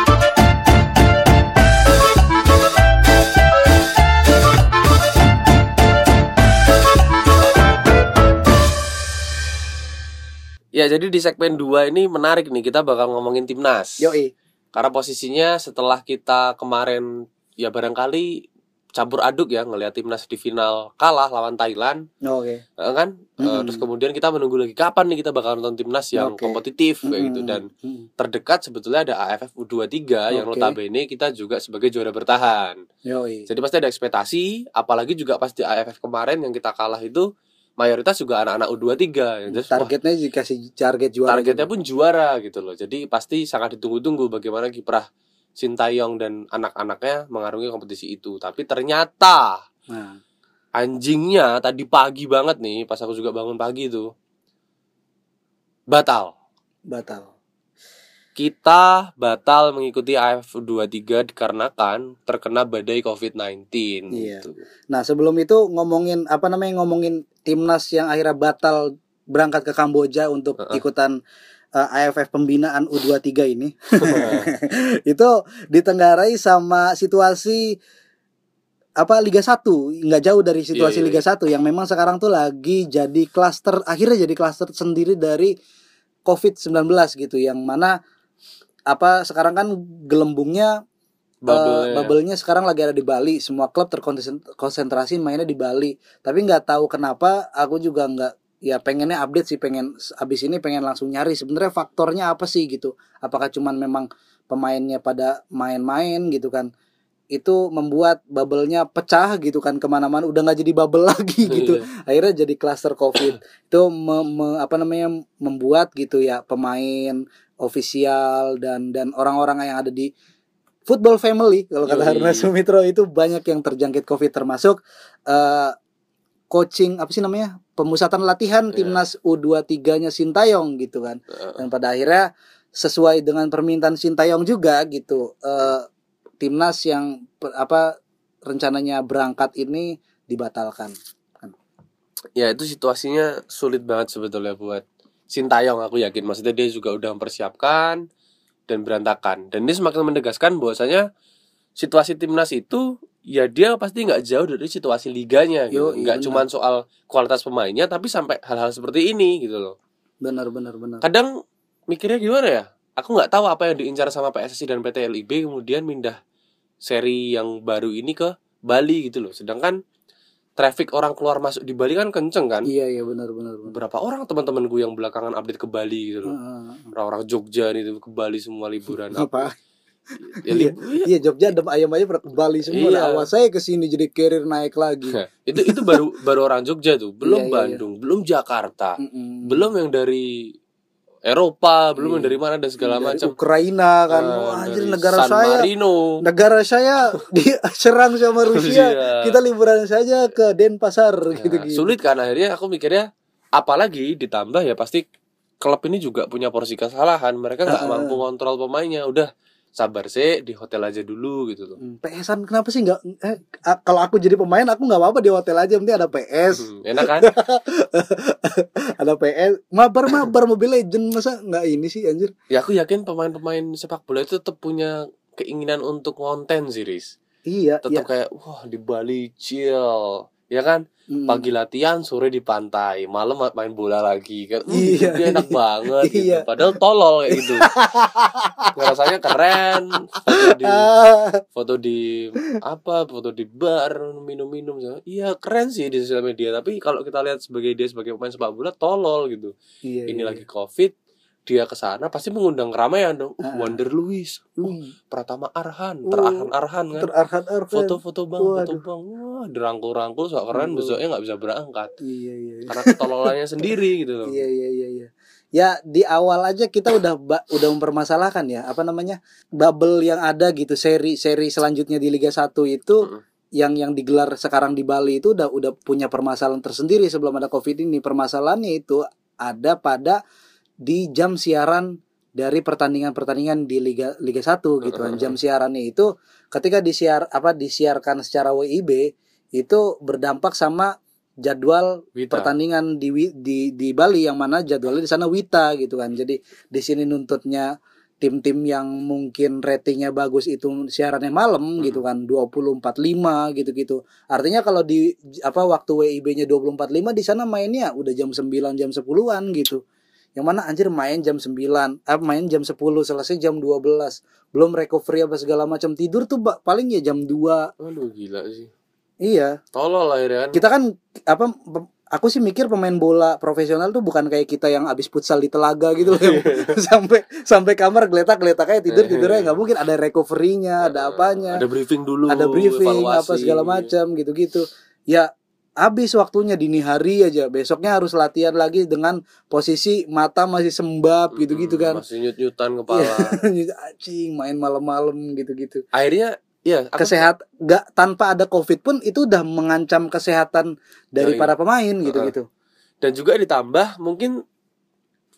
Ya, jadi di segmen 2 ini menarik nih, kita bakal ngomongin timnas. Karena posisinya setelah kita kemarin ya barangkali campur aduk ya ngelihat timnas di final kalah lawan Thailand. Kan? Terus kemudian kita menunggu lagi kapan nih kita bakal nonton timnas yang kompetitif kayak gitu, dan terdekat sebetulnya ada AFF U23 yang notabene kita juga sebagai juara bertahan. Jadi pasti ada ekspektasi, apalagi juga pas di AFF kemarin yang kita kalah itu mayoritas juga anak-anak U23. Targetnya dikasih target juara. Targetnya pun juara gitu loh. Jadi pasti sangat ditunggu-tunggu bagaimana kiprah Sintayong dan anak-anaknya mengarungi kompetisi itu. Tapi ternyata anjingnya tadi pagi banget nih, pas aku juga bangun pagi itu batal. kita batal mengikuti AFF U23 dikarenakan terkena badai COVID-19 Iya. gitu. Nah, sebelum itu ngomongin timnas yang akhirnya batal berangkat ke Kamboja untuk ikutan AFF pembinaan U23 ini. Itu ditenggarai sama situasi Liga 1, nggak jauh dari situasi Iya. Liga 1 yang memang sekarang tuh lagi jadi akhirnya jadi klaster sendiri dari COVID-19 gitu, yang mana sekarang kan gelembungnya bubble-nya sekarang lagi ada di Bali. Semua klub terkonsentrasi mainnya di Bali. Tapi nggak tahu kenapa, aku juga pengennya update sih, abis ini pengen langsung nyari sebenarnya faktornya apa sih gitu. Apakah cuman memang pemainnya pada main-main gitu kan, itu membuat bubble-nya pecah gitu kan, kemana-mana udah nggak jadi bubble lagi gitu. Akhirnya jadi klaster COVID. Itu membuat gitu ya pemain ofisial dan orang-orang yang ada di football family kalau kata Haruna Sumitro itu banyak yang terjangkit COVID, termasuk coaching pemusatan latihan timnas U23-nya Sintayong gitu kan. Dan pada akhirnya sesuai dengan permintaan Sintayong juga gitu, timnas yang rencananya berangkat ini dibatalkan. Ya itu situasinya sulit banget sebetulnya buat Sintayong, aku yakin. Maksudnya dia juga udah mempersiapkan dan berantakan. Dan ini semakin menegaskan bahwasanya situasi timnas itu ya dia pasti nggak jauh dari situasi liganya gitu. Nggak cuma soal kualitas pemainnya, tapi sampai hal-hal seperti ini gitu loh. Benar. Kadang mikirnya gimana ya? Aku nggak tahu apa yang diincar sama PSSI dan PT LIB kemudian pindah seri yang baru ini ke Bali gitu loh. Sedangkan traffic orang keluar masuk di Bali kan kenceng kan? Iya benar. Berapa orang teman-temanku yang belakangan update ke Bali gitu loh. Orang-orang Jogja nih ke Bali semua liburan. Apa? Iya, Jogja ada ayam aja pernah ke Bali semua. Awas saya kesini jadi carrier naik lagi. itu baru orang Jogja tuh, belum Bandung, belum Jakarta, belum yang dari Eropa, belum yang dari mana dan segala macam. Ukraina kan, anjir negara Marino. Negara saya diserang sama Rusia. Kita liburan saja ke Denpasar gitu. Sulit kan akhirnya, aku mikirnya apalagi ditambah ya pasti klub ini juga punya porsi kesalahan. Mereka nggak mampu kontrol pemainnya. Udah sabar sih, di hotel aja dulu gitu loh. PS-an kenapa sih nggak? Kalau aku jadi pemain aku nggak apa-apa di hotel aja, penting ada PS. Enak kan? Ada PS, mabar Mobile Legend, masa nggak ini sih anjir? Ya aku yakin pemain-pemain sepak bola itu tetap punya keinginan untuk konten sih, Riz. Iya. Tetap kayak wah di Bali chill, ya kan? Pagi latihan, sore di pantai, malam main bola lagi kan. Dia enak banget gitu. Padahal tolol kayak gitu. Rasanya keren. Foto di bar, minum-minum. Iya keren sih di sosial media. Tapi kalau kita lihat dia sebagai pemain sepak bola, tolol gitu. Ini lagi COVID, dia kesana pasti mengundang keramaian dong. Wonder Luis, Pratama Arhan, Arhan kan. Foto bang. Wah, dirangkul-rangkul sok keren, besoknya nggak bisa berangkat. Iya. Karena ketololannya sendiri gitu loh. Iya. Ya di awal aja kita udah mempermasalahkan ya bubble yang ada gitu, seri selanjutnya di Liga 1 itu yang digelar sekarang di Bali itu udah punya permasalahan tersendiri sebelum ada COVID ini. Permasalahannya itu ada pada di jam siaran dari pertandingan di Liga 1 gitu kan. Jam siarannya itu ketika disiarkan secara WIB itu berdampak sama jadwal Wita. Pertandingan di Bali yang mana jadwalnya di sana Wita gitu kan. Jadi di sini nuntutnya tim-tim yang mungkin ratingnya bagus itu siarannya malam gitu kan, 20.45 gitu. Artinya kalau di waktu WIB-nya 20.45 di sana mainnya udah jam 9 jam 10-an gitu. Yang mana anjir main jam 9, main jam 10, selesai jam 12. Belum recovery apa segala macam, tidur tuh paling ya jam 2. Aduh gila sih. Iya. Tolol lah ya kan. Kita kan aku sih mikir pemain bola profesional tuh bukan kayak kita yang abis futsal di telaga gitu loh. sampai kamar geletak kayak tidurnya nggak mungkin, ada recovery-nya, ada apanya. Ada briefing dulu. Ada briefing evaluasi. Apa segala macam gitu. Ya habis waktunya dini hari aja, besoknya harus latihan lagi dengan posisi mata masih sembab gitu kan. Masih nyut-nyutan kepala. Acing main malam-malam gitu. Akhirnya ya, nggak tanpa ada COVID pun itu udah mengancam kesehatan dari para pemain gitu. Dan juga ditambah mungkin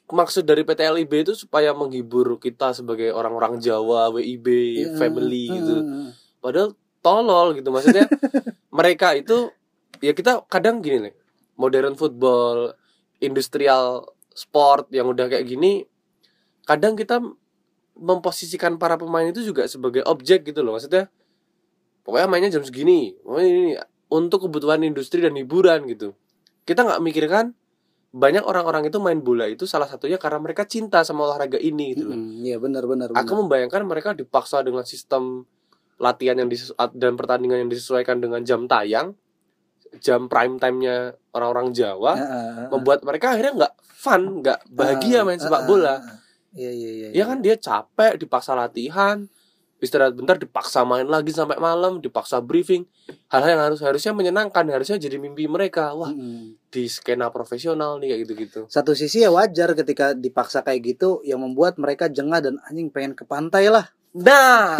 maksud dari PT LIB itu supaya menghibur kita sebagai orang-orang Jawa, WIB, family gitu. Padahal tolol gitu maksudnya. Mereka itu ya kita kadang gini nih. Modern football, industrial sport yang udah kayak gini, kadang kita memposisikan para pemain itu juga sebagai objek gitu loh. Maksudnya pokoknya mainnya jam segini, ini untuk kebutuhan industri dan hiburan gitu. Kita nggak mikirkan banyak orang-orang itu main bola itu salah satunya karena mereka cinta sama olahraga ini gitu loh. Iya benar. Aku membayangkan mereka dipaksa dengan sistem latihan yang dan pertandingan yang disesuaikan dengan jam tayang, jam prime time-nya orang-orang Jawa, membuat mereka akhirnya nggak fun, nggak bahagia main sepak bola. Iya. Ya kan dia capek, dipaksa latihan, istirahat bentar, dipaksa main lagi sampai malam, dipaksa briefing. Hal-hal yang harusnya menyenangkan, harusnya jadi mimpi mereka. Wah, di skena profesional nih kayak gitu-gitu. Satu sisi ya wajar ketika dipaksa kayak gitu, yang membuat mereka jengah dan anjing pengen ke pantai lah. Nah,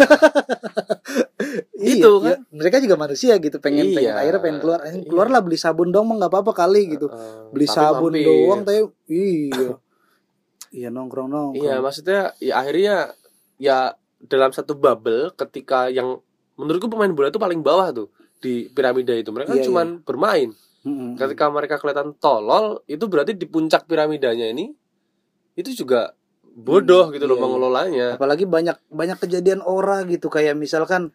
itu kan. Ya, mereka juga manusia gitu, pengen akhirnya pengen keluar. Keluar lah beli sabun dong, nggak apa-apa kali gitu. Beli sabun mampir doang, tapi iya nongkrong. Iya, maksudnya ya akhirnya ya dalam satu bubble ketika yang menurutku pemain bola itu paling bawah tuh di piramida itu. Mereka cuman bermain. Ketika mereka kelihatan tolol, itu berarti di puncak piramidanya ini itu juga bodoh gitu loh mengelolanya. Apalagi banyak kejadian gitu, kayak misalkan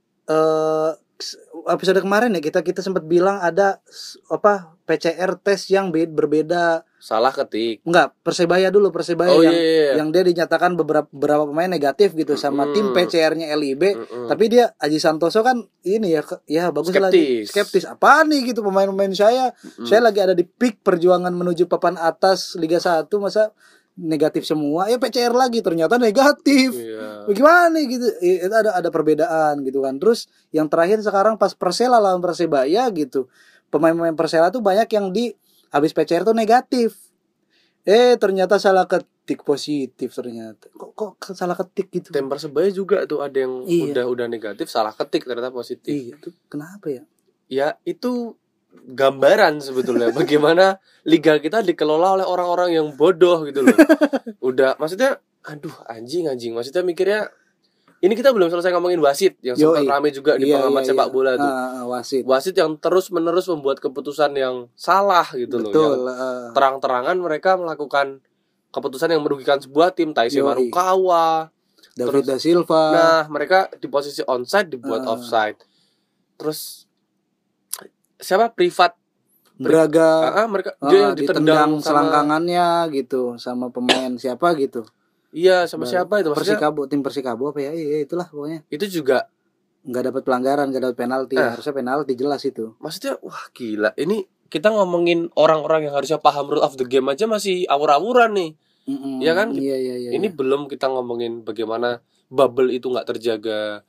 episode kemarin ya kita sempat bilang ada PCR tes yang berbeda. Salah ketik. Enggak, Persebaya yang dia dinyatakan beberapa pemain negatif gitu sama tim PCR-nya LIB, tapi dia Aji Santoso kan ini ya bagus skeptis. Apaan nih gitu pemain-pemain saya lagi ada di peak perjuangan menuju papan atas Liga 1 masa negatif semua, ya PCR lagi ternyata negatif. Bagaimana gitu? Itu ada perbedaan gitu kan. Terus yang terakhir sekarang pas Persela lawan Persebaya gitu, pemain-pemain Persela tuh banyak yang habis PCR tuh negatif. Ternyata salah ketik positif ternyata. Kok salah ketik gitu. Tim Persebaya juga tuh ada yang udah negatif, salah ketik ternyata positif. Iya, itu kenapa ya? Ya itu gambaran sebetulnya bagaimana liga kita dikelola oleh orang-orang yang bodoh gitu loh. Udah maksudnya aduh anjing maksudnya mikirnya ini kita belum selesai ngomongin wasit yang sempat rame juga di pengamat sepak bola tuh. Wasit yang terus-menerus membuat keputusan yang salah gitu. Betul, loh. Yang terang-terangan mereka melakukan keputusan yang merugikan sebuah tim. Taisi Marukawa, David da Silva. Nah, mereka di posisi onside dibuat offside. Terus siapa privat Braga mereka dia yang ditendang selangkangannya gitu sama pemain siapa gitu. Iya, sama siapa itu maksudnya? Tim Persikabo apa ya? Iya, itulah pokoknya. Itu juga enggak dapat pelanggaran, enggak dapat penalti. Harusnya penalti jelas itu. Maksudnya wah gila. Ini kita ngomongin orang-orang yang harusnya paham rule of the game aja masih awur-awuran nih. Ya kan? Iya. Ini belum kita ngomongin bagaimana bubble itu enggak terjaga.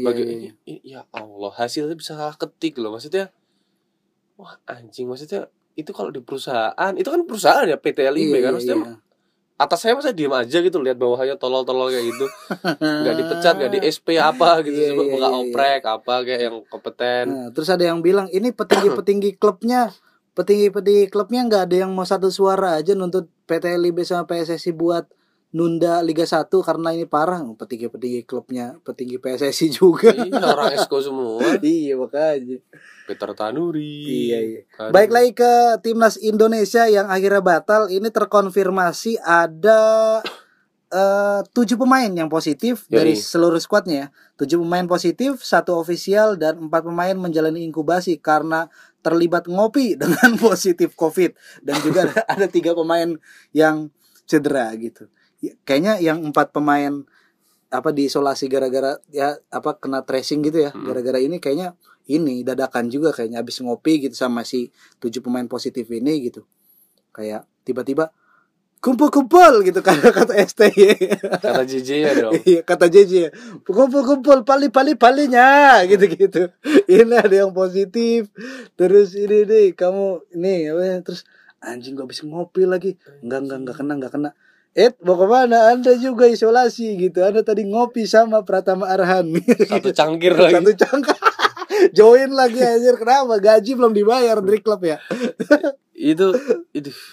Ya Allah, hasilnya bisa salah ketik loh. Maksudnya wah anjing, maksudnya itu kalau di perusahaan, itu kan perusahaan ya PT LIB kan maksudnya. Atas saya masa diem aja gitu lihat bawahnya tolol-tolol kayak gitu, nggak dipecat, nggak di SP apa gitu, buka oprek apa kayak yang kompeten. Terus ada yang bilang ini petinggi klubnya nggak ada yang mau satu suara aja nuntut PT LIB sama PSSI buat nunda Liga 1 karena ini parah. Petinggi klubnya petinggi PSSI juga. Iya, orang esko semua. Iya makanya. Peter Tanuri. Iya. Baik lagi ke timnas Indonesia yang akhirnya batal. Ini terkonfirmasi ada 7 pemain yang positif dari seluruh skuadnya. 7 pemain positif, 1 ofisial dan 4 pemain menjalani inkubasi karena terlibat ngopi dengan positif COVID. Dan juga ada 3 pemain yang cedera gitu. Kayaknya yang 4 pemain diisolasi gara-gara kena tracing gitu ya. Gara-gara ini kayaknya ini dadakan juga kayaknya habis ngopi gitu sama si 7 pemain positif ini gitu. Kayak tiba-tiba kumpul-kumpul gitu kata STY. Kata JJ ya dong. Iya, kata JJ. Kumpul-kumpul pali-palinya gitu-gitu. Ini ada yang positif. Terus ini nih kamu ini terus anjing gua habis ngopi lagi. Enggak kena. Mau kemana? Anda juga isolasi gitu. Anda tadi ngopi sama Pratama Arhan. Satu cangkir lagi. Satu cangkir. Join lagi anjir. Kenapa? Gaji belum dibayar dari klub ya. Itu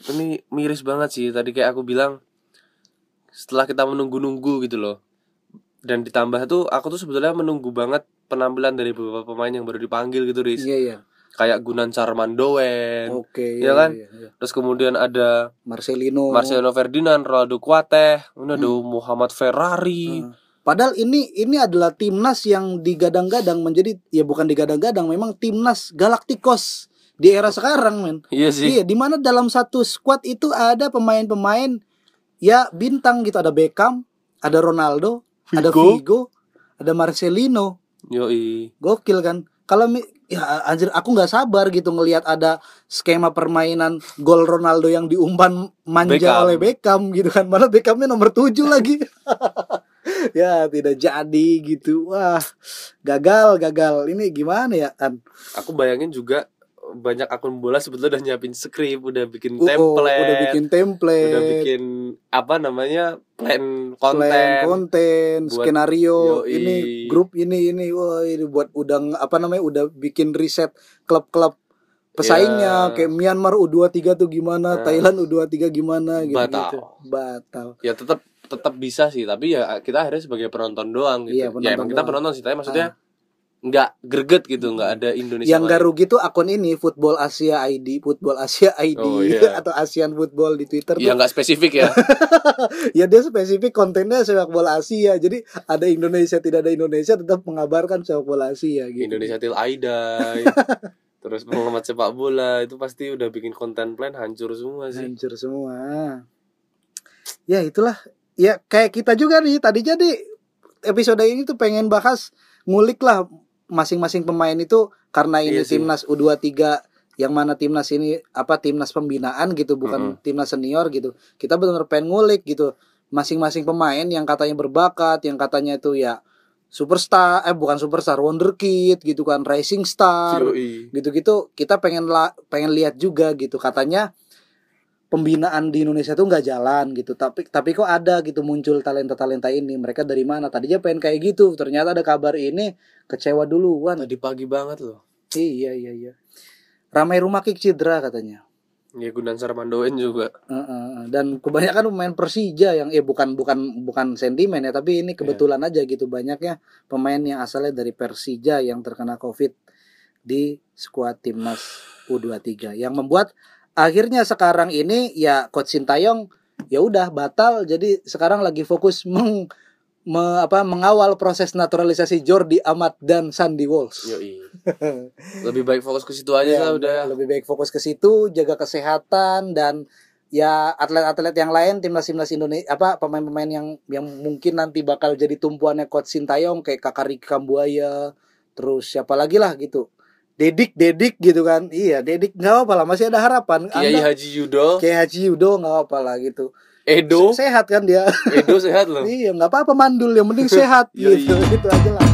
ini miris banget sih. Tadi kayak aku bilang, setelah kita menunggu-nunggu gitu loh. Dan ditambah tuh aku tuh sebetulnya menunggu banget penampilan dari beberapa pemain yang baru dipanggil gitu, Riz. Iya, iya. Kayak Gunancar Mandoen. Oke, ya iya, kan? iya, iya. Terus kemudian ada Marcelino Ferdinand, Ronaldo Kuateh, kemudian ada Muhammad Ferrari. Padahal ini adalah timnas yang digadang-gadang menjadi, ya bukan digadang-gadang, memang timnas Galacticos di era sekarang, men. Iya sih. Iya, di mana dalam satu squad itu ada pemain-pemain ya bintang gitu, ada Beckham, ada Ronaldo, ada Figo, ada Marcelino. Yoi. Gokil kan? Kalau ya anjir, aku nggak sabar gitu ngelihat ada skema permainan gol Ronaldo yang diumpan manja oleh Beckham gitu kan. Malah Beckhamnya nomor 7 lagi. Ya tidak jadi gitu. Wah, gagal. Ini gimana ya, An? Aku bayangin juga banyak akun bola sebetulnya udah nyiapin skrip, udah bikin template, udah bikin apa namanya plan konten, skenario, ini grup ini, wah ini buat udah bikin riset klub-klub pesaingnya, kayak Myanmar U23 tuh gimana, Thailand U23 gimana gitu. Batal. Ya tetap bisa sih, tapi ya kita akhirnya sebagai penonton doang gitu. Iya, emang kita penonton sih, tapi maksudnya nggak greget gitu, nggak ada Indonesia yang nggak rugi tuh akun ini Football Asia ID atau ASEAN Football di Twitter ya nggak spesifik ya. Ya dia spesifik kontennya sepak bola Asia, jadi ada Indonesia tidak ada Indonesia tetap mengabarkan sepak bola Asia gitu. Indonesia Til Aidai terus pengamat sepak bola itu pasti udah bikin konten plan hancur semua sih. Ya itulah, ya kayak kita juga nih tadi, jadi episode ini tuh pengen bahas ngulik lah masing-masing pemain itu, karena ini timnas U23 yang mana timnas ini timnas pembinaan gitu, bukan timnas senior gitu. Kita benar-benar pengen ngulik gitu masing-masing pemain yang katanya berbakat, yang katanya itu ya superstar, bukan superstar, wonderkid gitu kan, rising star. Gitu-gitu kita pengen lihat juga gitu. Katanya pembinaan di Indonesia tuh nggak jalan gitu, tapi kok ada gitu muncul talenta ini, mereka dari mana? Tadinya pengen kayak gitu, ternyata ada kabar ini, kecewa duluan. Tadi pagi banget loh. Iya. Ramai rumah kick cedera katanya. Ya Gunancar Mandoen juga. Dan kebanyakan pemain Persija yang bukan sentimen ya, tapi ini kebetulan aja gitu, banyaknya pemain yang asalnya dari Persija yang terkena COVID di skuad timnas U23, yang membuat akhirnya sekarang ini ya Coach Sintayong ya udah batal, jadi sekarang lagi fokus mengawal proses naturalisasi Jordi Amat dan Sandy Walsh. Lebih baik fokus ke situ aja lah udah. Lebih baik fokus ke situ, jaga kesehatan, dan ya atlet-atlet yang lain, timnas Indonesia, pemain-pemain yang mungkin nanti bakal jadi tumpuannya Coach Sintayong, kayak Kakak Riki Kambuaya, terus siapa lagi lah gitu. Dedik gitu kan. Iya, Dedik enggak apa-apa lah, masih ada harapan. Kiai Haji Yudo enggak apa-apa lah gitu. Edo sehat kan dia. Edo sehat loh. Iya, enggak apa-apa mandul, yang penting sehat gitu. Itu aja lah.